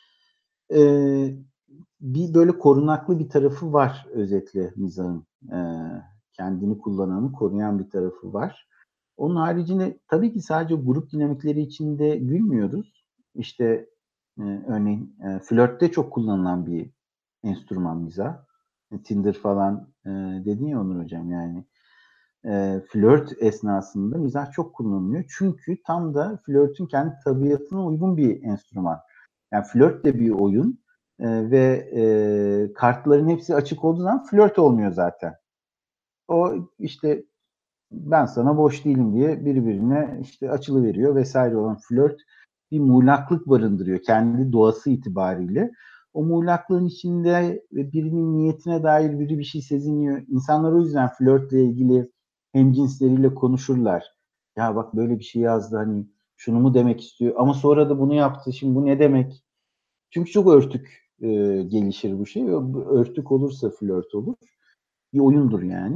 Ee, Bir böyle korunaklı bir tarafı var özetle mizahın. Kendini kullananı koruyan bir tarafı var. Onun haricinde tabii ki sadece grup dinamikleri içinde gülmüyoruz. İşte örneğin flörtte çok kullanılan bir enstrüman mizah. Tinder falan dedin ya Onur Hocam yani flört esnasında mizah çok kullanılıyor. Çünkü tam da flörtün kendi tabiatına uygun bir enstrüman. Yani flört de bir oyun ve kartların hepsi açık olduğu zaman flört olmuyor zaten. O işte ben sana boş değilim diye birbirine işte açılıveriyor vesaire olan flört bir muğlaklık barındırıyor kendi doğası itibariyle. O muğlaklığın içinde birinin niyetine dair biri bir şey seziniyor. İnsanlar o yüzden flörtle ilgili hemcinsleriyle konuşurlar. Ya bak böyle bir şey yazdı hani şunu mu demek istiyor ama sonra da bunu yaptı şimdi bu ne demek? Çünkü çok örtük gelişir bu şey. Örtük olursa flört olur. Bir oyundur yani.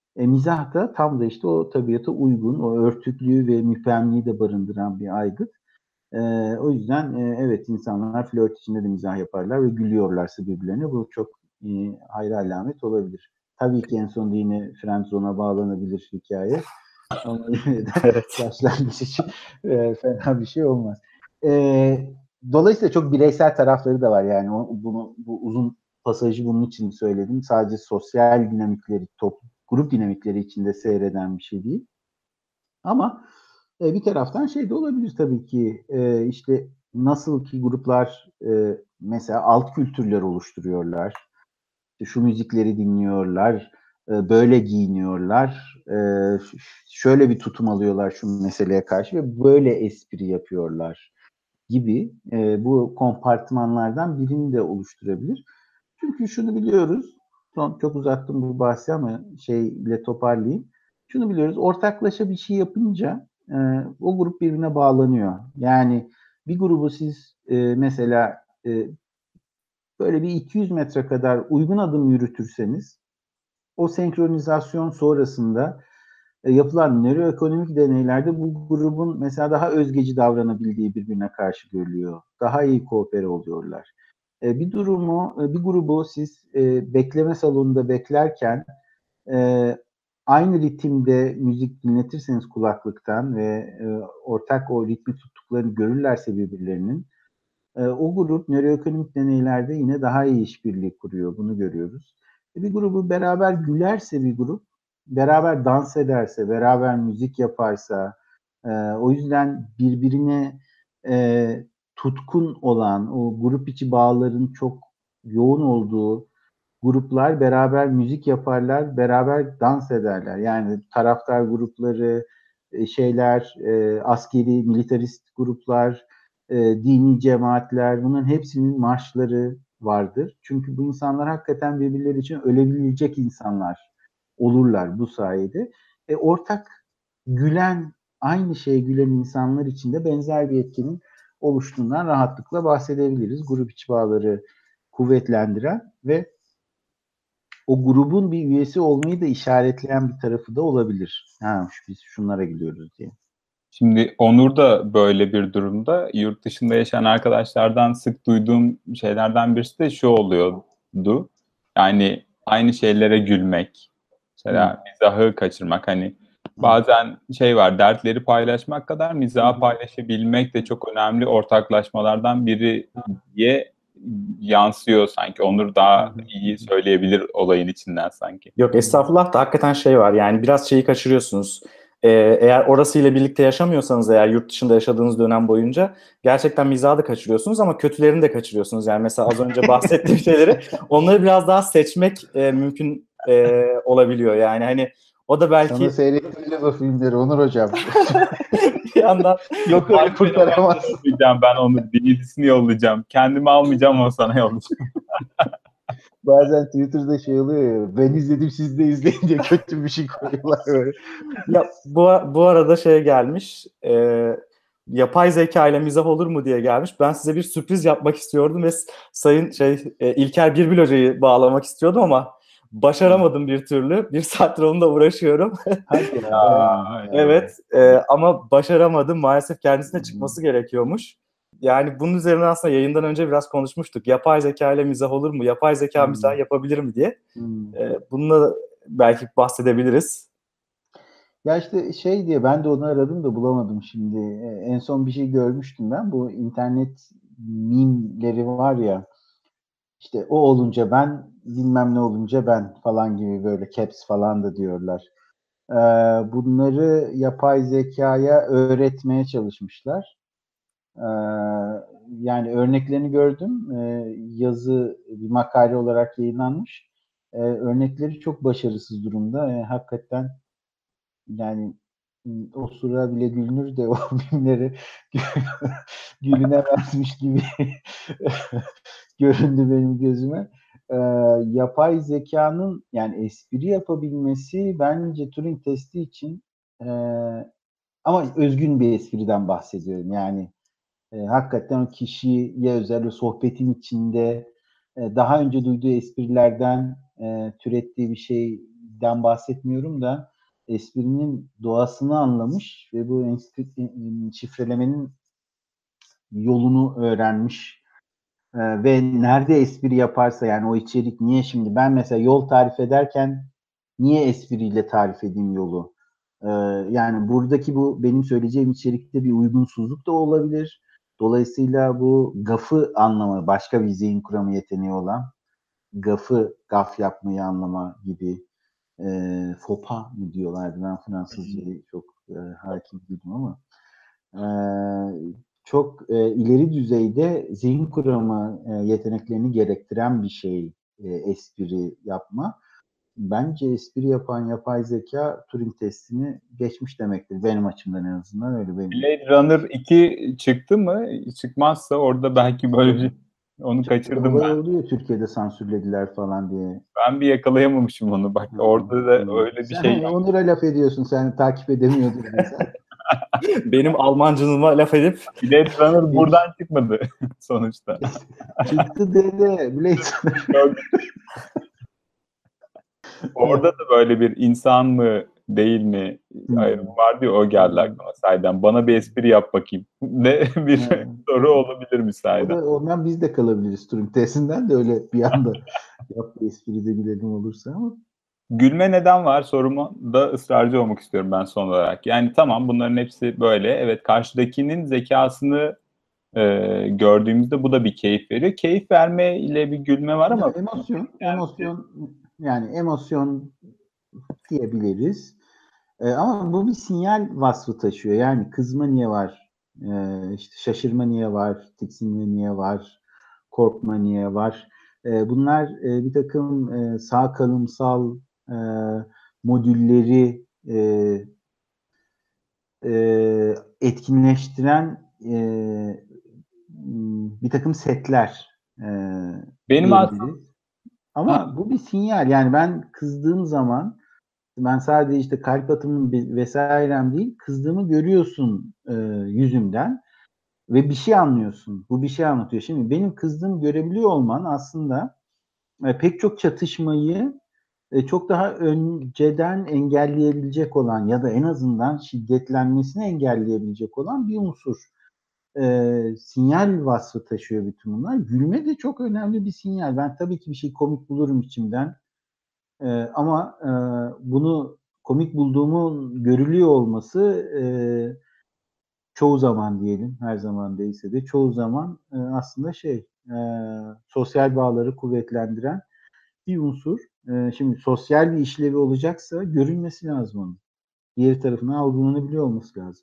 Mizah da tam da işte o tabiata uygun, o örtüklüğü ve müpemliği de barındıran bir aygıt. O yüzden evet, insanlar flört içinde de mizah yaparlar ve gülüyorlarsa birbirlerine, bu çok hayra alamet olabilir. Tabii ki en sonunda yine friendzone'a bağlanabilir hikaye. Ama yine de Evet. başlangıç için fena bir şey olmaz. Dolayısıyla çok bireysel tarafları da var yani. Bu uzun pasajı bunun için söyledim. Sadece sosyal dinamikleri, grup dinamikleri içinde seyreden bir şey değil. Ama bir taraftan şey de olabilir tabii ki, işte nasıl ki gruplar mesela alt kültürler oluşturuyorlar. İşte şu müzikleri dinliyorlar, böyle giyiniyorlar, şöyle bir tutum alıyorlar şu meseleye karşı ve böyle espri yapıyorlar gibi bu kompartmanlardan birini de oluşturabilir. Çünkü şunu biliyoruz, çok uzattım bu bahsi ama şeyle toparlayayım. Şunu biliyoruz, ortaklaşa bir şey yapınca o grup birbirine bağlanıyor. Yani bir grubu siz mesela böyle bir 200 metre kadar uygun adım yürütürseniz, o senkronizasyon sonrasında yapılan nöroekonomik deneylerde bu grubun mesela daha özgeci davranabildiği birbirine karşı görülüyor. Daha iyi koopere oluyorlar. Bir grubu siz bekleme salonunda beklerken aynı ritimde müzik dinletirseniz kulaklıktan ve ortak o ritmi tuttuklarını görürlerse birbirlerinin, o grup nöroekonomik deneylerde yine daha iyi işbirliği kuruyor. Bunu görüyoruz. Bir grubu beraber gülerse, bir grup beraber dans ederse, beraber müzik yaparsa, o yüzden birbirine tutkun olan, o grup içi bağların çok yoğun olduğu gruplar beraber müzik yaparlar, beraber dans ederler. Yani taraftar grupları, askeri, militarist gruplar, dini cemaatler, bunların hepsinin marşları vardır. Çünkü bu insanlar hakikaten birbirleri için ölebilecek insanlar olurlar bu sayede. Ortak gülen, aynı şeye gülen insanlar için de benzer bir etkinin oluştuğundan rahatlıkla bahsedebiliriz. Grup içi bağları kuvvetlendiren ve o grubun bir üyesi olmayı da işaretleyen bir tarafı da olabilir. Ha, biz şunlara gidiyoruz diye. Şimdi Onur da böyle bir durumda. Yurt dışında yaşayan arkadaşlardan sık duyduğum şeylerden birisi de şu oluyordu. Yani aynı şeylere gülmek. Mesela mizahı kaçırmak. Hani bazen şey var, dertleri paylaşmak kadar mizahı paylaşabilmek de çok önemli ortaklaşmalardan biri diye yansıyor sanki. Onur daha iyi söyleyebilir olayın içinden sanki. Yok estağfurullah, da hakikaten şey var yani, biraz şeyi kaçırıyorsunuz. Eğer orasıyla birlikte yaşamıyorsanız, eğer yurt dışında yaşadığınız dönem boyunca gerçekten mizahı da kaçırıyorsunuz ama kötülerini de kaçırıyorsunuz. Yani mesela az önce bahsettiğim şeyleri, onları biraz daha seçmek mümkün olabiliyor. Yani hani o da Sana belki seyrettireceğiz o filmleri Onur Hocam. bir yandan Yok öyle kurtaramazsın. Ben onu DVD'sini yollayacağım. Kendimi almayacağım ama sana yollayacağım. Bazen Twitter'da şey oluyor ya, ben izledim siz de izleyin diye kötü bir şey koyuyorlar böyle. ya bu arada şey gelmiş, yapay zeka ile mizah olur mu diye gelmiş. Ben size bir sürpriz yapmak istiyordum ve Sayın İlker Birbil Hoca'yı bağlamak istiyordum ama başaramadım bir türlü. Bir saattir onunla uğraşıyorum. Hadi ya. Evet, ama başaramadım. Maalesef kendisine çıkması gerekiyormuş. Yani bunun üzerine aslında yayından önce biraz konuşmuştuk. Yapay zeka ile mizah olur mu? Yapay zeka mizah yapabilir mi diye. Bununla belki bahsedebiliriz. Ya işte şey diye ben de onu aradım da bulamadım şimdi. En son bir şey görmüştüm ben. Bu internet mimleri var ya. İşte o olunca ben, bilmem ne olunca ben falan gibi, böyle caps falan da diyorlar. Bunları yapay zekaya öğretmeye çalışmışlar. Ee, Yani örneklerini gördüm. Yazı bir makale olarak yayınlanmış. Örnekleri çok başarısız durumda. Hakikaten yani o sıra bile gülünür de o filmleri gülünemezmiş gibi göründü benim gözüme. Ee, Yapay zekanın yani espri yapabilmesi bence Turing testi için, ama özgün bir espriden bahsediyorum. Yani hakikaten o kişiye özel o sohbetin içinde daha önce duyduğu esprilerden türettiği bir şey espriden bahsetmiyorum da esprinin doğasını anlamış ve bu şifrelemenin yolunu öğrenmiş. Ve nerede espri yaparsa, yani o içerik niye, şimdi ben mesela yol tarif ederken niye espriyle tarif edeyim yolu? Yani buradaki bu benim söyleyeceğim içerikte bir uygunsuzluk da olabilir. Dolayısıyla bu gafı anlama, başka bir zihin kuramı yeteneği olan gaf yapmayı anlama gibi, fopa mı diyorlardı, ben Fransızcayı çok hakim değilim ama çok ileri düzeyde zihin kuramı yeteneklerini gerektiren bir şey espri yapma. Bence espri yapan yapay zeka Turing testini geçmiş demektir. Benim açımdan en azından öyle. Blade Runner 2 çıktı mı? Çıkmazsa orada belki böyle bir onu kaçırdım Olay ben. oluyor Türkiye'de, sansürlediler falan diye. Ben bir yakalayamamışım onu. Bak orada da öyle bir Sen şey yok. Onur'a laf ediyorsun, sen takip edemiyordun mesela. Benim Almancılığıma laf edip Blade Runner buradan çıkmadı sonuçta. Çıktı dede. Blade. Orada da böyle bir insan mı değil mi ayrımı vardı ya, o geldi aklıma sahiden. Bana bir espri yap bakayım. Ne bir soru olabilir mi sahiden? Ondan biz de kalabiliriz Turing testinden de, öyle bir anda yaptığı espri de bilelim olursa ama. Gülme neden var sorumu da ısrarcı olmak istiyorum ben son olarak. Yani tamam, bunların hepsi böyle. Evet, karşıdakinin zekasını gördüğümüzde bu da bir keyif veriyor. Keyif verme ile bir gülme var ama emosyon diyebiliriz. Ama bu bir sinyal vasfı taşıyor. Yani kızma niye var? İşte şaşırma niye var? Tiksinme niye var? Korkma niye var? Bunlar bir takım sağ kalımsal modülleri etkinleştiren bir takım setler benim aslında diyebiliriz. Ama bu bir sinyal. Yani ben kızdığım zaman, ben sadece işte kalp atımım vesairem değil, kızdığımı görüyorsun yüzümden ve bir şey anlıyorsun. Bu bir şey anlatıyor. Şimdi benim kızdığımı görebiliyor olman aslında pek çok çatışmayı çok daha önceden engelleyebilecek olan ya da en azından şiddetlenmesini engelleyebilecek olan bir unsur. Sinyal vasfı taşıyor bütün bunlar. Gülme de çok önemli bir sinyal. Ben tabii ki bir şey komik bulurum içimden. Ama bunu komik bulduğumun görülüyor olması çoğu zaman diyelim, her zaman değilse de çoğu zaman aslında sosyal bağları kuvvetlendiren bir unsur. Şimdi sosyal bir işlevi olacaksa görülmesi lazım onun. Diğer tarafından algılanabiliyor olması lazım.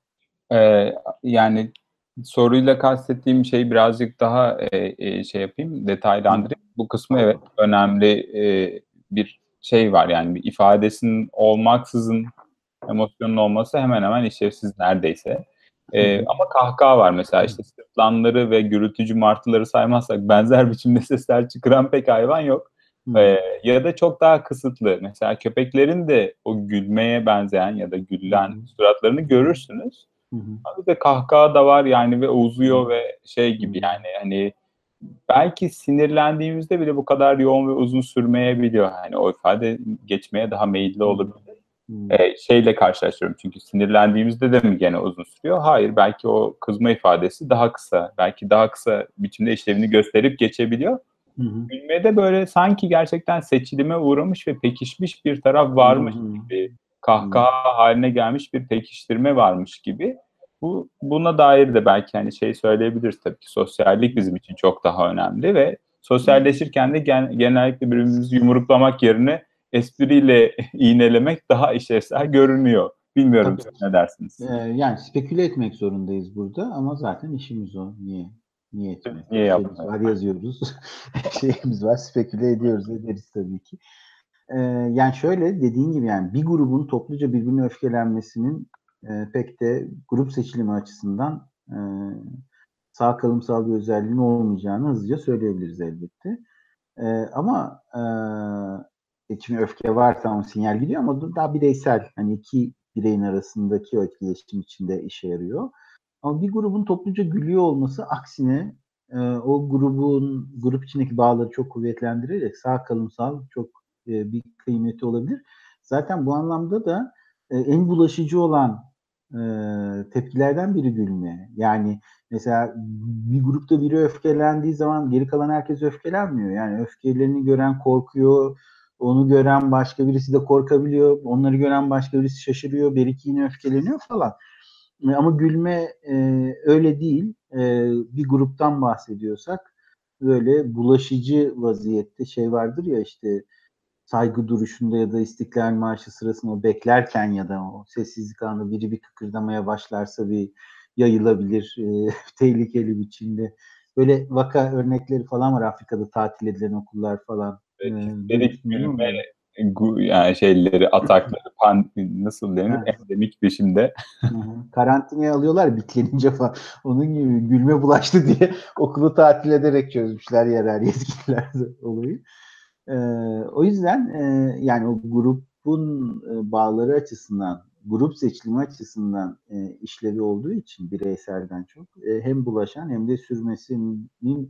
Yani soruyla kastettiğim şey birazcık daha şey yapayım, detaylandırayım. Bu kısmı evet önemli, bir şey var, yani bir ifadesinin olmaksızın emosyonun olması hemen hemen işlevsiz neredeyse. Ama kahkaha var mesela, işte sırtlanları ve gürültücü martıları saymazsak benzer biçimde sesler çıkaran pek hayvan yok. Ya da çok daha kısıtlı. Mesela köpeklerin de o gülmeye benzeyen ya da gülen suratlarını görürsünüz. Abi de kahkaha da var yani ve uzuyor ve şey gibi, yani hani belki sinirlendiğimizde bile bu kadar yoğun ve uzun sürmeyebiliyor. Yani o ifade geçmeye daha meyilli olabilir. Şeyle karşılaştırıyorum çünkü sinirlendiğimizde de mi gene uzun sürüyor? Hayır, belki o kızma ifadesi daha kısa. Belki daha kısa biçimde işlevini gösterip geçebiliyor. Gülmede böyle sanki gerçekten seçilime uğramış ve pekişmiş bir taraf varmış gibi, kahkaha haline gelmiş bir pekiştirme varmış gibi. Buna dair de belki hani şey söyleyebiliriz, tabii ki sosyallik bizim için çok daha önemli ve sosyalleşirken de genellikle birbirimizi yumruklamak yerine espriyle iğnelemek daha işlevsel görünüyor. Bilmiyorum, siz ne dersiniz? Yani speküle etmek zorundayız burada ama zaten işimiz o. Niye etmek? Niye Şeyimiz yapmıyor? var, yazıyoruz. Şeyimiz var, speküle ediyoruz, ederiz tabii ki. Yani şöyle, dediğin gibi, yani bir grubun topluca birbirine öfkelenmesinin pek de grup seçilimi açısından sağ kalımsal bir özelliğinin olmayacağını hızlıca söyleyebiliriz elbette. Ama şimdi öfke var, tamam, sinyal gidiyor ama daha bireysel, hani iki bireyin arasındaki o etkileşim içinde işe yarıyor. Ama bir grubun topluca gülüyor olması aksine o grup içindeki bağları çok kuvvetlendirerek sağ kalımsal, çok bir kıymeti olabilir. Zaten bu anlamda da en bulaşıcı olan tepkilerden biri gülme. Yani mesela bir grupta biri öfkelendiği zaman geri kalan herkes öfkelenmiyor. Yani öfkelerini gören korkuyor, onu gören başka birisi de korkabiliyor, onları gören başka birisi şaşırıyor, belki yine öfkeleniyor falan. Ama gülme öyle değil. Bir gruptan bahsediyorsak böyle bulaşıcı vaziyette şey vardır ya işte saygı duruşunda ya da İstiklal Marşı sırasında o beklerken ya da o sessizlik anında biri bir kıkırdamaya başlarsa bir yayılabilir tehlikeli biçimde. Böyle vaka örnekleri falan var Afrika'da tatil edilen okullar falan. Dedik Duymuşsun değil mi gülme onları? yani şeyleri, atakları, nasıl denir? Ha. Endemik biçimde. Hı hı. Karantinaya alıyorlar bitlenince falan. Onun gibi gülme bulaştı diye okulu tatil ederek çözmüşler yerel yetkililer de olayı. Ee, O yüzden yani o grubun bağları açısından, grup seçilimi açısından işlevi olduğu için bireyselden çok hem bulaşan hem de sürmesinin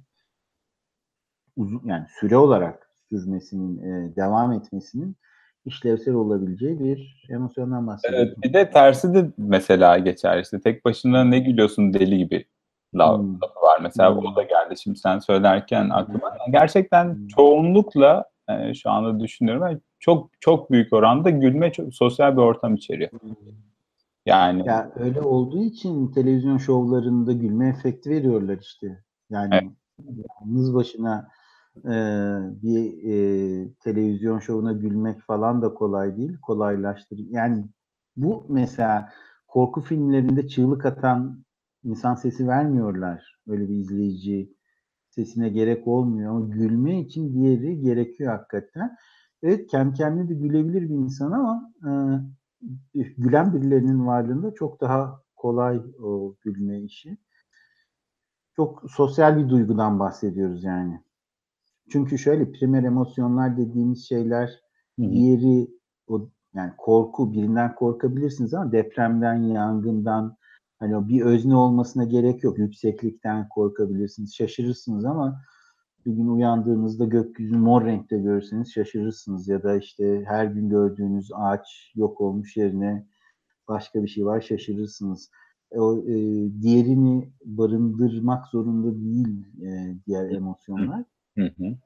uzun yani süre olarak sürmesinin devam etmesinin işlevsel olabileceği bir emosyondan Evet, bahsediyorsun. bir de tersi de mesela geçer işte tek başına ne gülüyorsun deli gibi Hmm. lafı var mesela o Hmm. da geldi şimdi sen söylerken Hmm. aklıma. Yani gerçekten Hmm. çoğunlukla şu anda düşünüyorum çok çok büyük oranda gülme çok sosyal bir ortam içeriyor. Yani Ya öyle olduğu için televizyon şovlarında gülme efekti veriyorlar işte. evet, Yani yalnız başına e, bir televizyon şovuna gülmek falan da kolay değil. Kolaylaştırıyor. Yani bu mesela korku filmlerinde çığlık atan insan sesi vermiyorlar. Öyle bir izleyici sesine gerek olmuyor. Ama gülme için diğeri gerekiyor hakikaten. Evet kendi kendine de gülebilir bir insan ama gülen birilerinin varlığında çok daha kolay o gülme işi. Çok sosyal bir duygudan bahsediyoruz yani. Çünkü şöyle primer emosyonlar dediğimiz şeyler hı hı. diğeri o yani korku birinden korkabilirsiniz ama depremden, yangından hani o bir özne olmasına gerek yok. Yükseklikten korkabilirsiniz, şaşırırsınız ama bir gün uyandığınızda gökyüzünü mor renkte görürseniz şaşırırsınız ya da işte her gün gördüğünüz ağaç yok olmuş yerine başka bir şey var şaşırırsınız. Diğerini barındırmak zorunda değil diğer emosyonlar. Hı hı.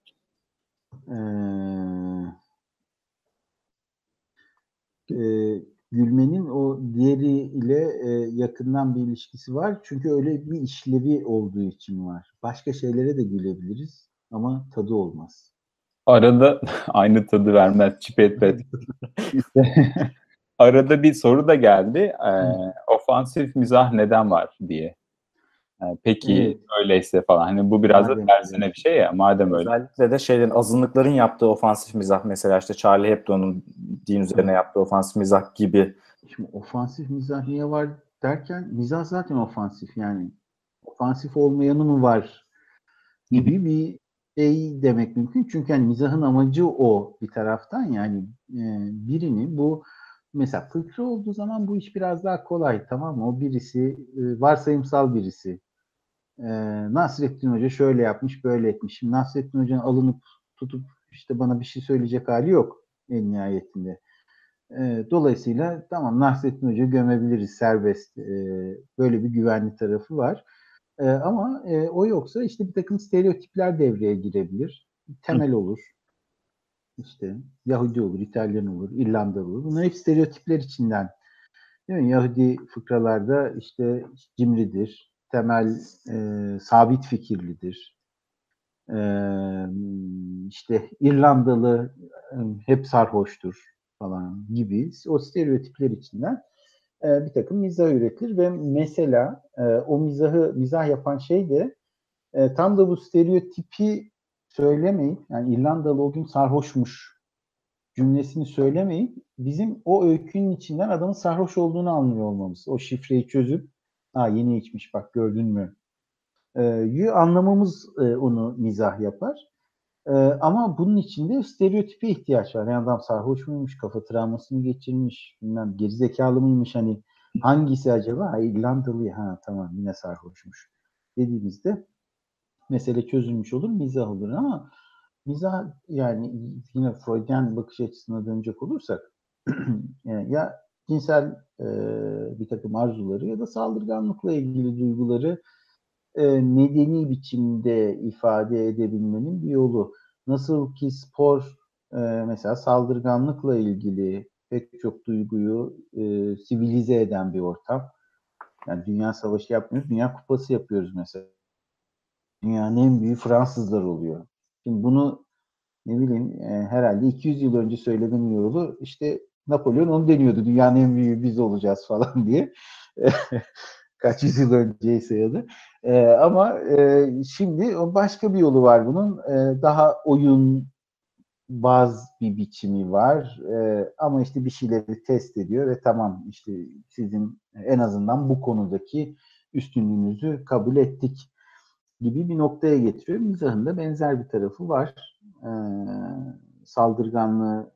E, e, Gülmenin o diğeriyle yakından bir ilişkisi var. Çünkü öyle bir işlevi olduğu için var. Başka şeylere de gülebiliriz ama tadı olmaz. Arada aynı tadı vermez çipet. İşte arada bir soru da geldi. Ofansif mizah neden var diye. Peki Evet, öyleyse falan. Hani bu biraz da madem öyle. tersine bir şey ya. Madem öyle. Özellikle de şeylerin azınlıkların yaptığı ofansif mizah mesela işte Charlie Hebdo'nun din üzerine Evet. yaptığı ofansif mizah gibi. Şimdi ofansif mizah niye var derken mizah zaten ofansif yani. Ofansif olmayanı mı var gibi bir şey demek mümkün. Çünkü hani mizahın amacı o bir taraftan yani birini bu mesela fıkra olduğu zaman bu iş biraz daha kolay tamam mı? O birisi varsayımsal birisi. E, Nasrettin Hoca şöyle yapmış böyle etmiş. Şimdi Nasrettin Hoca'nın alınıp tutup işte bana bir şey söyleyecek hali yok en nihayetinde. Dolayısıyla tamam Nasrettin Hoca gömebiliriz serbest. Böyle bir güvenli tarafı var. Ama o yoksa işte bir takım stereotipler devreye girebilir. Temel olur. İşte Yahudi olur, İtalyan olur, İrlandalı olur. Bunlar hep stereotipler içinden. Değil mi? Yahudi fıkralarda işte cimridir, temel sabit fikirlidir. E, işte İrlandalı hep sarhoştur falan gibi o stereotipler içinden bir takım mizah üretilir ve mesela o mizah yapan şey de tam da bu stereotipi söylemeyip yani İrlandalı o gün sarhoşmuş cümlesini söylemeyip bizim o öykünün içinden adamın sarhoş olduğunu anlıyor olmamız. O şifreyi çözüp yeni içmiş bak gördün mü? Anlamamız onu mizah yapar. Ama bunun içinde stereotipe ihtiyaç var. Yani adam sarhoş muymuş, kafa travmasını geçirmiş, bilmem gerizekalı mıymış hani hangisi acaba? İrlandalı ha tamam yine sarhoşmuş dediğimizde mesele çözülmüş olur, mizah olur ama mizah yani yine Freudian bakış açısına dönecek olursak ya cinsel bir takım arzuları ya da saldırganlıkla ilgili duyguları medeni biçimde ifade edebilmenin bir yolu. Nasıl ki spor mesela saldırganlıkla ilgili pek çok duyguyu sivilize eden bir ortam. Yani dünya savaşı yapmıyoruz, dünya kupası yapıyoruz mesela. Dünyanın en büyüğü Fransızlar oluyor. Şimdi bunu ne bileyim herhalde 200 yıl önce söylemenin yolu işte Napolyon onu deniyordu. Dünyanın en büyüğü biz olacağız falan diye. Kaç yüzyıl önceyse ya da. Ama şimdi başka bir yolu var bunun. Daha oyun bir biçimi var. Ama işte bir şeyleri test ediyor ve tamam işte sizin en azından bu konudaki üstünlüğünüzü kabul ettik gibi bir noktaya getiriyor. Mizahın da benzer bir tarafı var. Saldırganlığı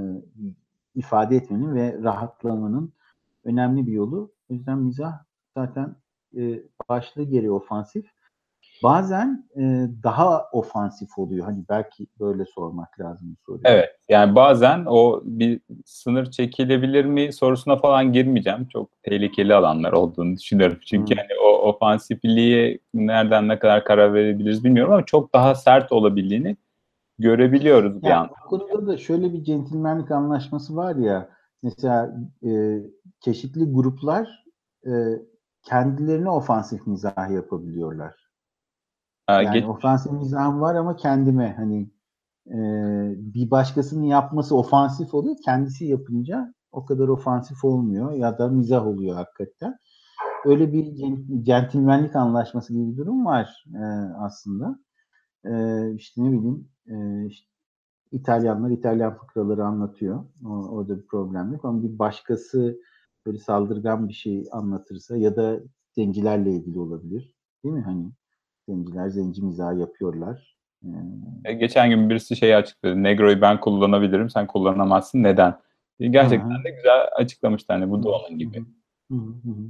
ifade etmenin ve rahatlamanın önemli bir yolu. O yüzden mizah zaten başlı geri ofansif. Bazen daha ofansif oluyor. Hani belki böyle sormak lazım bu soruyu. Evet, yani bazen o bir sınır çekilebilir mi sorusuna falan girmeyeceğim. Çok tehlikeli alanlar olduğunu düşünüyorum. Çünkü hani o ofansifliğe nereden ne kadar karar verebiliriz bilmiyorum ama çok daha sert olabildiğini görebiliyoruz bir Ya an. bu konuda da şöyle bir centilmenlik anlaşması var ya, mesela çeşitli gruplar e, kendilerine ofansif mizah yapabiliyorlar. Yani Geç, ofansif mizahım var ama kendime hani bir başkasının yapması ofansif oluyor. Kendisi yapınca o kadar ofansif olmuyor ya da mizah oluyor hakikaten. Öyle bir centilmenlik anlaşması gibi bir durum var aslında. İşte ne bileyim işte İtalyanlar İtalyan fıkraları anlatıyor. Orada bir problem yok. Ama bir başkası böyle saldırgan bir şey anlatırsa ya da zencilerle ilgili olabilir. Değil mi? Hani zenciler zenci mizahı yapıyorlar. geçen gün birisi şeyi açıkladı. Negro'yu ben kullanabilirim, sen kullanamazsın. Neden? Hı Gerçekten hı. de güzel açıklamıştı. Hani bu Hı da onun hı. gibi. Hı hı.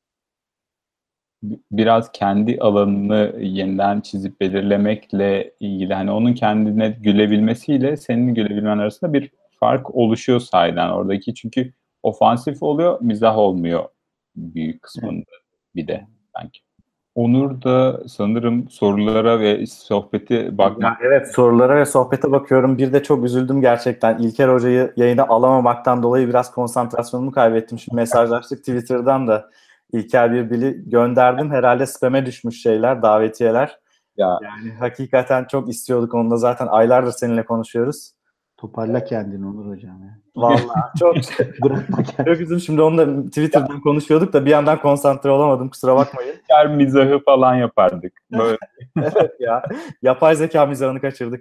Biraz kendi alanını yeniden çizip belirlemekle ilgili hani onun kendine gülebilmesiyle senin gülebilmen arasında bir fark oluşuyor sahiden oradaki çünkü ofansif oluyor mizah olmuyor büyük Evet. kısmında bir de sanki. Onur da sanırım sorulara ve sohbeti Ya bakmak. evet, sorulara ve sohbete bakıyorum. Bir de çok üzüldüm gerçekten. İlker Hoca'yı yayına alamamaktan dolayı biraz konsantrasyonumu kaybettim. Şimdi mesajlaştık Twitter'dan da. İlker Birbil'i gönderdim. Herhalde spam'e düşmüş şeyler, davetiyeler. Ya Yani hakikaten çok istiyorduk. Onunla zaten aylardır seninle konuşuyoruz. Toparla kendini Onur Hocam ya. Vallahi çok Bırakma kendini. çok üzüldüm. Şimdi onunla Twitter'dan konuşuyorduk da bir yandan konsantre olamadım. Kusura bakmayın. yer mizahı falan yapardık. Böyle Evet ya. Yapay zeka mizahını kaçırdık.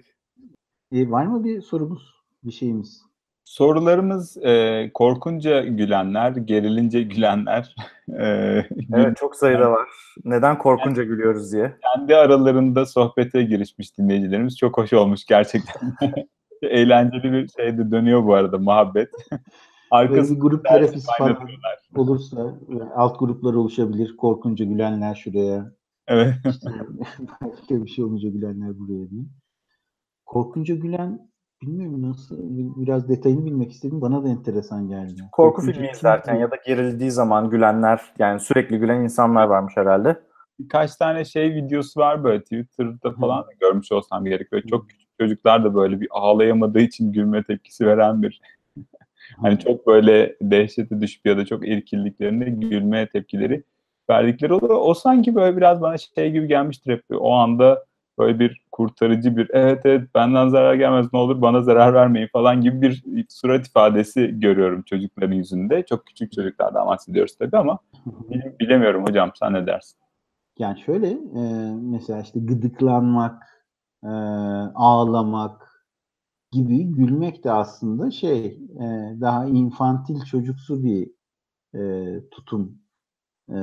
Var mı bir sorumuz, bir şeyimiz? sorularımız korkunca gülenler, gerilince gülenler, Evet, çok sayıda var. Neden korkunca gülüyoruz diye. kendi aralarında sohbete girişmiş dinleyicilerimiz. Çok hoş olmuş gerçekten. Eğlenceli bir şey de dönüyor bu arada muhabbet. Böyle bir Arkasında grup ters terapisi falan kaynatıyorlar. olursa alt gruplar oluşabilir. Korkunca gülenler şuraya. Evet. İşte başka bir şey olunca gülenler buraya diye. Korkunca gülen bilmiyorum nasıl biraz detayını bilmek istedim. Bana da enteresan geldi. Korku Korkunca filmi kim izlerken gülüyor? ya da gerildiği zaman gülenler, yani sürekli gülen insanlar varmış herhalde. Birkaç tane şey videosu var böyle Twitter'da Hı, falan da görmüş olsam gerek. Böyle hı, çok küçük çocuklar da böyle bir ağlayamadığı için gülme tepkisi veren bir hani hı. çok böyle dehşete düşüp ya da çok irkildiklerinde gülme tepkileri verdikleri oluyor. O sanki böyle biraz bana şey gibi gelmiştir hep. O anda böyle bir kurtarıcı bir evet evet benden zarar gelmez ne olur bana zarar vermeyin falan gibi bir surat ifadesi görüyorum çocukların yüzünde. Çok küçük çocuklardan bahsediyoruz tabii ama bilemiyorum hocam sen ne dersin? Yani şöyle mesela işte gıdıklanmak, ağlamak gibi gülmek de aslında daha infantil çocuksu bir tutum. E,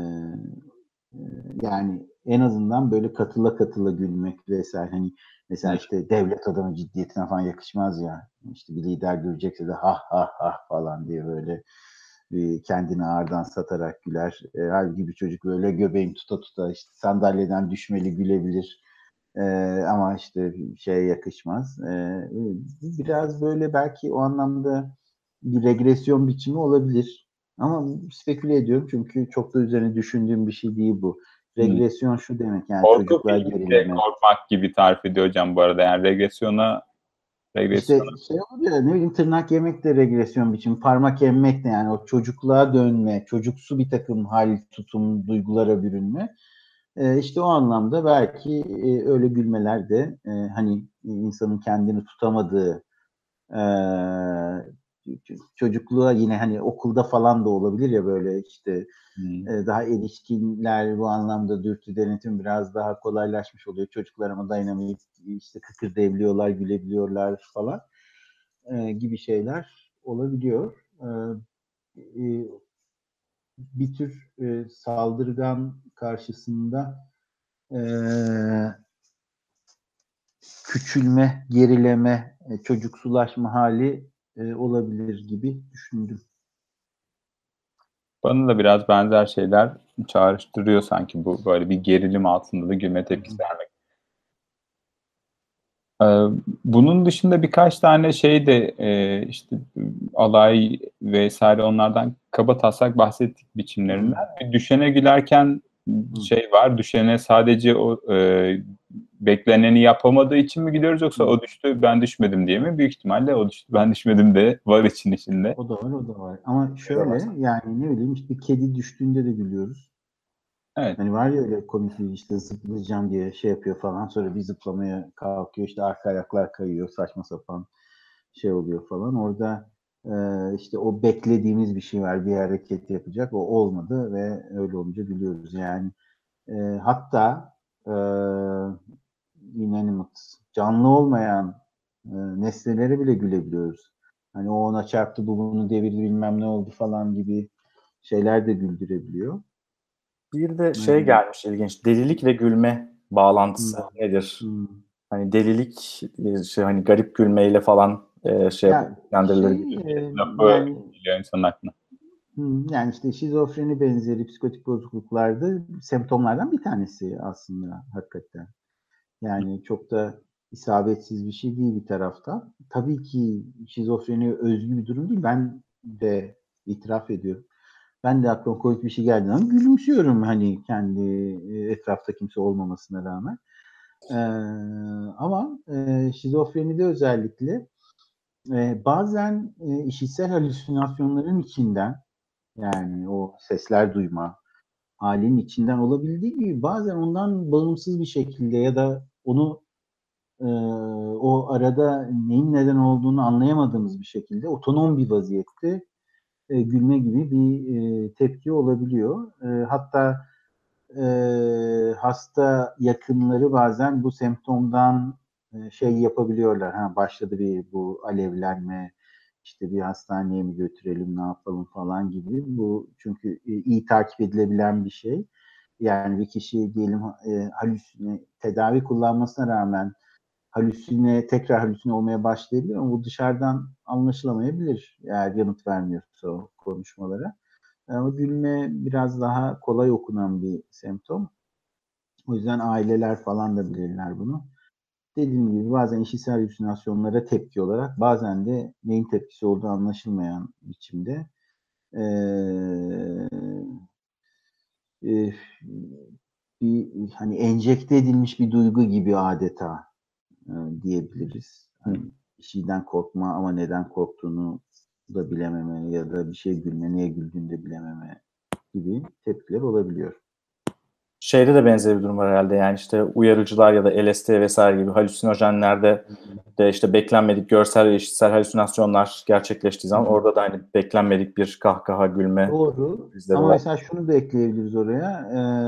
Yani en azından böyle katıla katıla gülmek vesaire. Hani mesela işte devlet adamı ciddiyetine falan yakışmaz ya. İşte bir lider gülecekse de ha ha ha falan diye böyle bir kendini ağırdan satarak güler. Halbuki bir çocuk böyle göbeğim tuta tuta işte sandalyeden düşmeli gülebilir. Ama işte şeye yakışmaz. Biraz böyle belki o anlamda bir regresyon biçimi olabilir. Ama speküle ediyorum çünkü çok da üzerine düşündüğüm bir şey değil bu. Regresyon şu demek yani Korku çocuklar filminde gerileme. korkmak gibi tarif ediyor hocam bu arada. Yani regresyon İşte şey oluyor ne bileyim tırnak yemek de regresyon biçimi, parmak emmek de yani o çocukluğa dönme, çocuksu bir takım hal, tutum, duygulara bürünme. İşte o anlamda belki öyle gülmeler de hani insanın kendini tutamadığı e, çocukluğa yine hani okulda falan da olabilir ya böyle işte daha erişkinler bu anlamda dürtü denetim biraz daha kolaylaşmış oluyor. Çocuklar ama dayanamayıp işte kıkırdayabiliyorlar, gülebiliyorlar falan gibi şeyler olabiliyor. E, Bir tür saldırgan karşısında e, küçülme, gerileme, çocuksulaşma hali olabilir gibi düşündüm. bana da biraz benzer şeyler çağrıştırıyor sanki bu böyle bir gerilim altında da gülme tepkisi vermek. Bunun dışında birkaç tane şey de işte alay vesaire onlardan kabataslak bahsettik biçimlerinden. Düşene gülerken şey var, düşene sadece o bekleneni yapamadığı için mi gülüyoruz yoksa o düştü ben düşmedim diye mi? Büyük ihtimalle o düştü ben düşmedim de var için içinde. O da var, o da var. Ama şöyle yani ne bileyim işte bir kedi düştüğünde de gülüyoruz. Evet. Hani var ya öyle komik bir işte zıplayacağım diye şey yapıyor falan sonra bir zıplamaya kalkıyor işte arka ayaklar kayıyor saçma sapan şey oluyor falan. Orada işte o beklediğimiz bir şey var bir hareket yapacak o olmadı ve öyle olunca gülüyoruz. Yani hatta inanimate canlı olmayan nesnelere bile gülebiliyoruz. Hani o ona çarptı bu bunu devirdi bilmem ne oldu falan gibi şeyler de güldürebiliyor. Bir de şey gelmiş ilginç. Delilik ve gülme bağlantısı nedir? Hani delilik şey hani garip gülmeyle falan şey Ya yapılır. Lafı yani geliyor insanın aklına. yani işte şizofreni benzeri psikotik bozukluklarda semptomlardan bir tanesi aslında hakikaten. Yani çok da isabetsiz bir şey değil bir taraftan. Tabii ki şizofreni özgü bir durum değil. Ben de itiraf ediyorum. Ben de aklıma komik bir şey geldiği zaman gülümsüyorum hani kendi etrafta kimse olmamasına rağmen. Ee, ama şizofrenide özellikle bazen işitsel halüsinasyonların içinden yani o sesler duyma halinin içinden olabildiği gibi bazen ondan bağımsız bir şekilde ya da onu o arada neyin neden olduğunu anlayamadığımız bir şekilde otonom bir vaziyette gülme gibi bir tepki olabiliyor. Hatta hasta yakınları bazen bu semptomdan şey yapabiliyorlar. Ha, başladı bir bu alevlenme, işte bir hastaneye mi götürelim, ne yapalım falan gibi. Bu çünkü iyi takip edilebilen bir şey. Yani bir kişi diyelim halüsine tedavi kullanmasına rağmen tekrar halüsine olmaya başlayabilir ama bu dışarıdan anlaşılamayabilir eğer yanıt vermiyorsa o konuşmalara. Ama gülme biraz daha kolay okunan bir semptom. O yüzden aileler falan da bilirler bunu. Dediğim gibi bazen işitsel halüsinasyonlara tepki olarak bazen de neyin tepkisi olduğu anlaşılmayan biçimde e, bir hani enjekte edilmiş bir duygu gibi adeta diyebiliriz. Hani bir şeyden korkma ama neden korktuğunu da bilememe ya da bir şey gülme, neye güldüğünü de bilememe gibi tepkiler olabiliyor. Şeyde de benzer bir durum var herhalde yani işte uyarıcılar ya da LSD vesaire gibi halüsinojenlerde de işte beklenmedik görsel ve işitsel halüsinasyonlar gerçekleştiği zaman orada da hani beklenmedik bir kahkaha, gülme Doğru. izleri Ama var. mesela şunu da ekleyebiliriz oraya.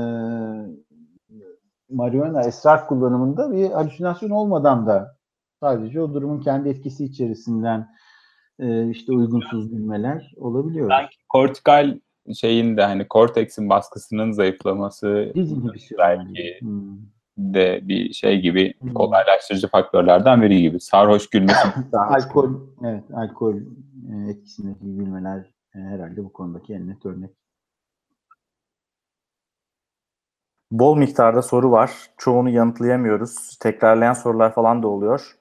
Marihuana esrar kullanımında bir halüsinasyon olmadan da sadece o durumun kendi etkisi içerisinden işte uygunsuz gülmeler olabiliyor. Sanki kortikal şeyin de hani korteksin baskısının zayıflaması Dizinhibisyonu gibi. belki de bir şey gibi kolaylaştırıcı faktörlerden biri gibi. Sarhoş gülmesi. Alkol etkisindeki gülmeler herhalde bu konudaki en net örnek. Bol miktarda soru var. Çoğunu yanıtlayamıyoruz. Tekrarlayan sorular falan da oluyor.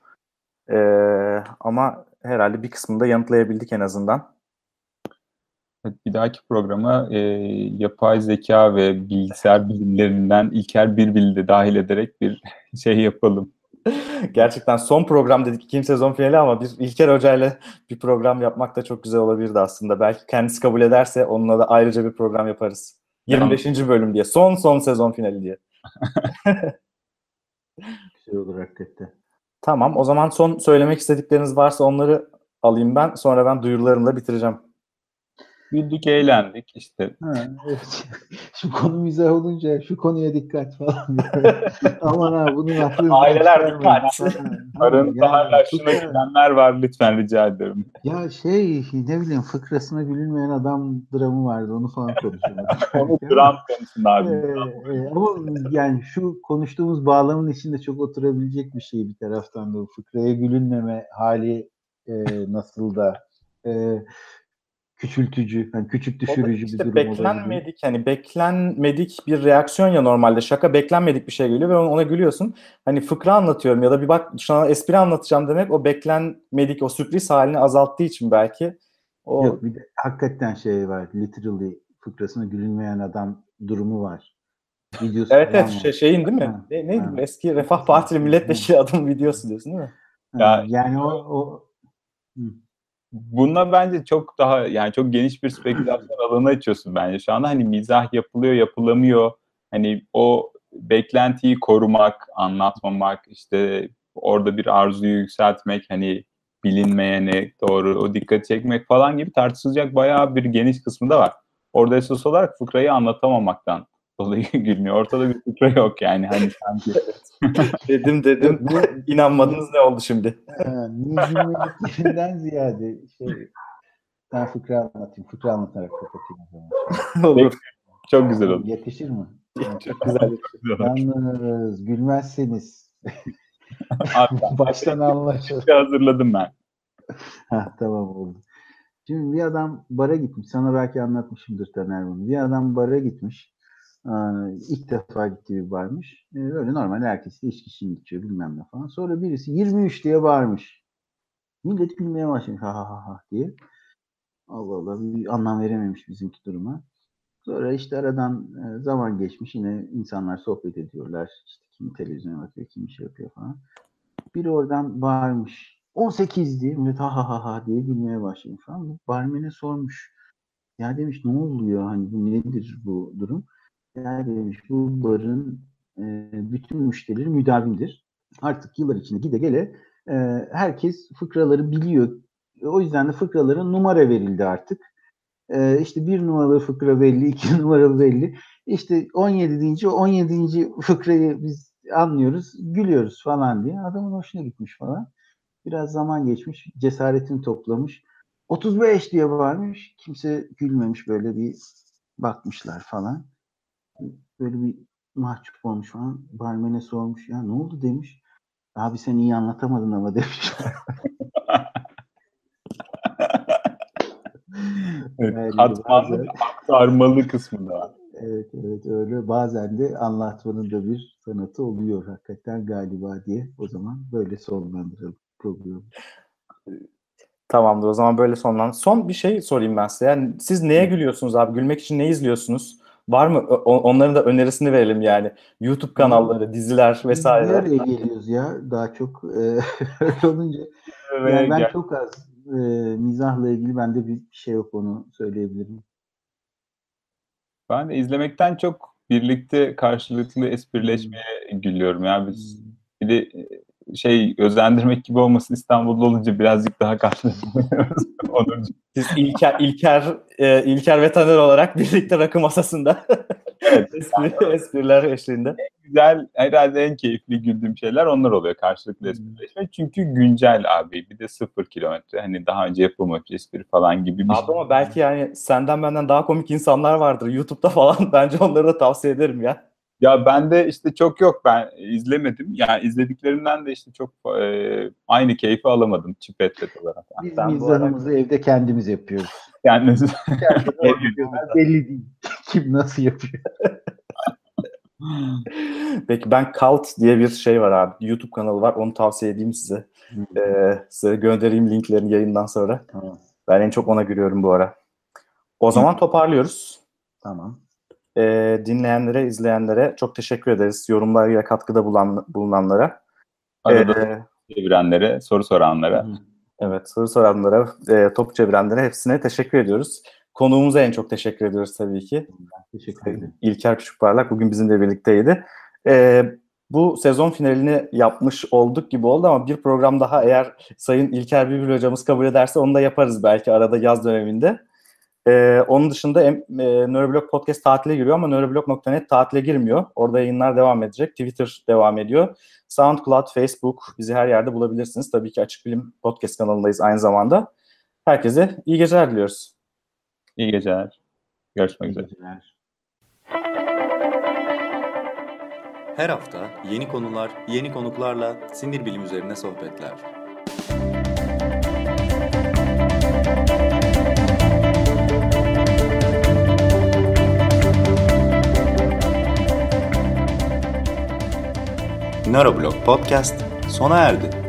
Ama herhalde bir kısmını da yanıtlayabildik en azından. Evet, bir dahaki programa yapay zeka ve bilgisayar bilimlerinden İlker Birbil'i de dahil ederek bir şey yapalım. Gerçekten son program dedik, ikinci sezon finali, ama biz İlker Hoca'yla bir program yapmak da çok güzel olabilirdi aslında. Belki kendisi kabul ederse onunla da ayrıca bir program yaparız. 25. bölüm diye. Son sezon finali diye. Güzel olur hakikaten. Tamam, o zaman son söylemek istedikleriniz varsa onları alayım ben. Sonra ben duyurularımla bitireceğim. Güldük, eğlendik işte. Ha, evet. Şu konu mizah olunca şu konuya dikkat falan diye. Aman ha bunun aklını Aileler dikkat. Aranızda hala şuna gülenler var, lütfen rica ederim. Ya ne bileyim fıkrasına gülünmeyen adam dramı vardı, onu falan konuşuyorduk. Onu dram konusunda abi. Ama yani şu konuştuğumuz bağlamın içinde çok oturabilecek bir şey bir taraftan da, bu fıkraya gülünmeme hali nasıl da küçültücü, yani küçük düşürücü İşte bir durum olabilir. beklenmedik bir reaksiyon ya normalde. Şaka beklenmedik bir şey geliyor ve ona gülüyorsun. Hani fıkra anlatıyorum ya da bir bak sana espri anlatacağım demek, o beklenmedik, o sürpriz halini azalttığı için belki. Yok, bir de hakikaten şey var. Literally fıkrasına gülünmeyen adam durumu var. Videosu Evet falan var. şeyin değil mi? Ha, Neydi ha. bu? Eski Refah Partili milletvekili adamın videosu diyorsun değil mi? Ya, Yani o bununla bence çok daha, yani çok geniş bir spekülasyon alanı açıyorsun bence. Şu anda hani mizah yapılıyor, yapılamıyor. Hani o beklentiyi korumak, anlatmamak, işte orada bir arzuyu yükseltmek, hani bilinmeyene doğru o dikkat çekmek falan gibi tartışılacak bayağı bir geniş kısmı da var. Orada esas olarak fıkrayı anlatamamaktan dolayı gülünüyor. Ortada bir fıkra yok yani, hani sanki. Dedim. İnanmadınız, ne oldu şimdi? niye gülmediklerinden ziyade ben fıkra anlatayım. Fıkra anlatarak kapatayım o zaman. Olur. Çok güzel oldu. Yakışır mı? Çok güzel. Yalnız gülmezseniz Abi, baştan anlaşılır. hazırladım ben. Tamam oldu. Şimdi bir adam bara gitmiş. Sana belki anlatmışımdır Taner bunu. Bir adam bara gitmiş. İlk defa gittiği bir barmış. Öyle normal herkes de içki içiyor bilmem ne falan. Sonra birisi 23 diye bağırmış. Millet gülmeye başlamış. Ha ha ha ha diye. Allah Allah, bir anlam verememiş bizimki duruma. Sonra işte aradan zaman geçmiş. Yine insanlar sohbet ediyorlar. İşte kimi televizyona bakıyor, kimi şey yapıyor falan. Biri oradan bağırmış. 18 diye, millet ha ha ha ha diye gülmeye başlamış falan. Bu barmene sormuş. Ya demiş, ne oluyor, hani bu nedir bu durum? Ya demiş, bu barın bütün müşterileri müdavimdir. Artık yıllar içinde gide gele herkes fıkraları biliyor. O yüzden de fıkralara numara verildi artık. İşte bir numaralı fıkra belli, 2 numaralı belli. İşte 17 deyince 17. fıkrayı biz anlıyoruz, gülüyoruz falan diye. Adamın hoşuna gitmiş falan. Biraz zaman geçmiş, cesaretini toplamış. 35 diye bağırmış. Kimse gülmemiş, böyle bir bakmışlar falan. Böyle bir mahcup olmuş falan. Barmene sormuş, ya ne oldu demiş. Abi sen iyi anlatamadın ama demiş. Evet, Yani katmanlı bazen, ve aktarmalı kısmı da var. evet öyle. Bazen de anlatmanın da bir sanatı oluyor hakikaten galiba diye. O zaman böyle sonlandıralım programı. Tamamdır, o zaman böyle sonlan. Son bir şey sorayım ben size. Yani siz neye gülüyorsunuz abi? Gülmek için ne izliyorsunuz? Var mı? Onların da önerisini verelim yani. YouTube kanalları, diziler Biz bir vesaireler. araya geliyoruz ya daha çok. Öyle olunca yani ben çok az mizahla ilgili bende bir şey yok, onu söyleyebilirim. Ben de izlemekten çok birlikte karşılıklı esprileşmeye gülüyorum. Yani biz bir de özendirmek gibi olmasın, İstanbul'da olunca birazcık daha karşılaşıyoruz. Siz İlker ve Taner olarak birlikte rakı masasında Evet. espriler eşliğinde. Güzel, herhalde en keyifli güldüğüm şeyler onlar oluyor, karşılıklı esprileşme. Çünkü güncel abi, bir de 0 kilometre. Hani daha önce yapılmamış espri falan gibi bir Abi şey. ama belki yani senden benden daha komik insanlar vardır YouTube'da falan. Bence onları da tavsiye ederim ya. Ya bende işte çok yok, ben izlemedim. Yani izlediklerimden de işte çok aynı keyfi alamadım çipetlet olarak. Biz Ben bu ara mizahımızı evde kendimiz yapıyoruz. Yani Belli değil. Kim nasıl yapıyor? Peki ben Cult diye bir şey var abi. YouTube kanalı var. Onu tavsiye edeyim size. Size göndereyim linklerini yayından sonra. Tamam. Ben en çok ona gülüyorum bu ara. O zaman toparlıyoruz. Tamam. Dinleyenlere, izleyenlere çok teşekkür ederiz. Yorumlarıyla katkıda bulunanlara. Arada çevirenlere, soru soranlara. Evet, soru soranlara, topu çevirenlere hepsine teşekkür ediyoruz. Konuğumuza en çok teşekkür ediyoruz tabii ki. Teşekkür ederim. İlker Küçükparlak bugün bizimle birlikteydi. Bu sezon finalini yapmış olduk gibi oldu ama bir program daha eğer Sayın İlker Bülbül hocamız kabul ederse onu da yaparız belki arada yaz döneminde. Onun dışında Neuroblog Podcast tatile giriyor ama neuroblog.net tatile girmiyor. Orada yayınlar devam edecek. Twitter devam ediyor. SoundCloud, Facebook bizi her yerde bulabilirsiniz. Tabii ki Açık Bilim Podcast kanalındayız aynı zamanda. Herkese iyi geceler diliyoruz. İyi geceler. Görüşmek üzere. Her hafta yeni konular, yeni konuklarla sinir bilim üzerine sohbetler. Neuroblog Podcast sona erdi.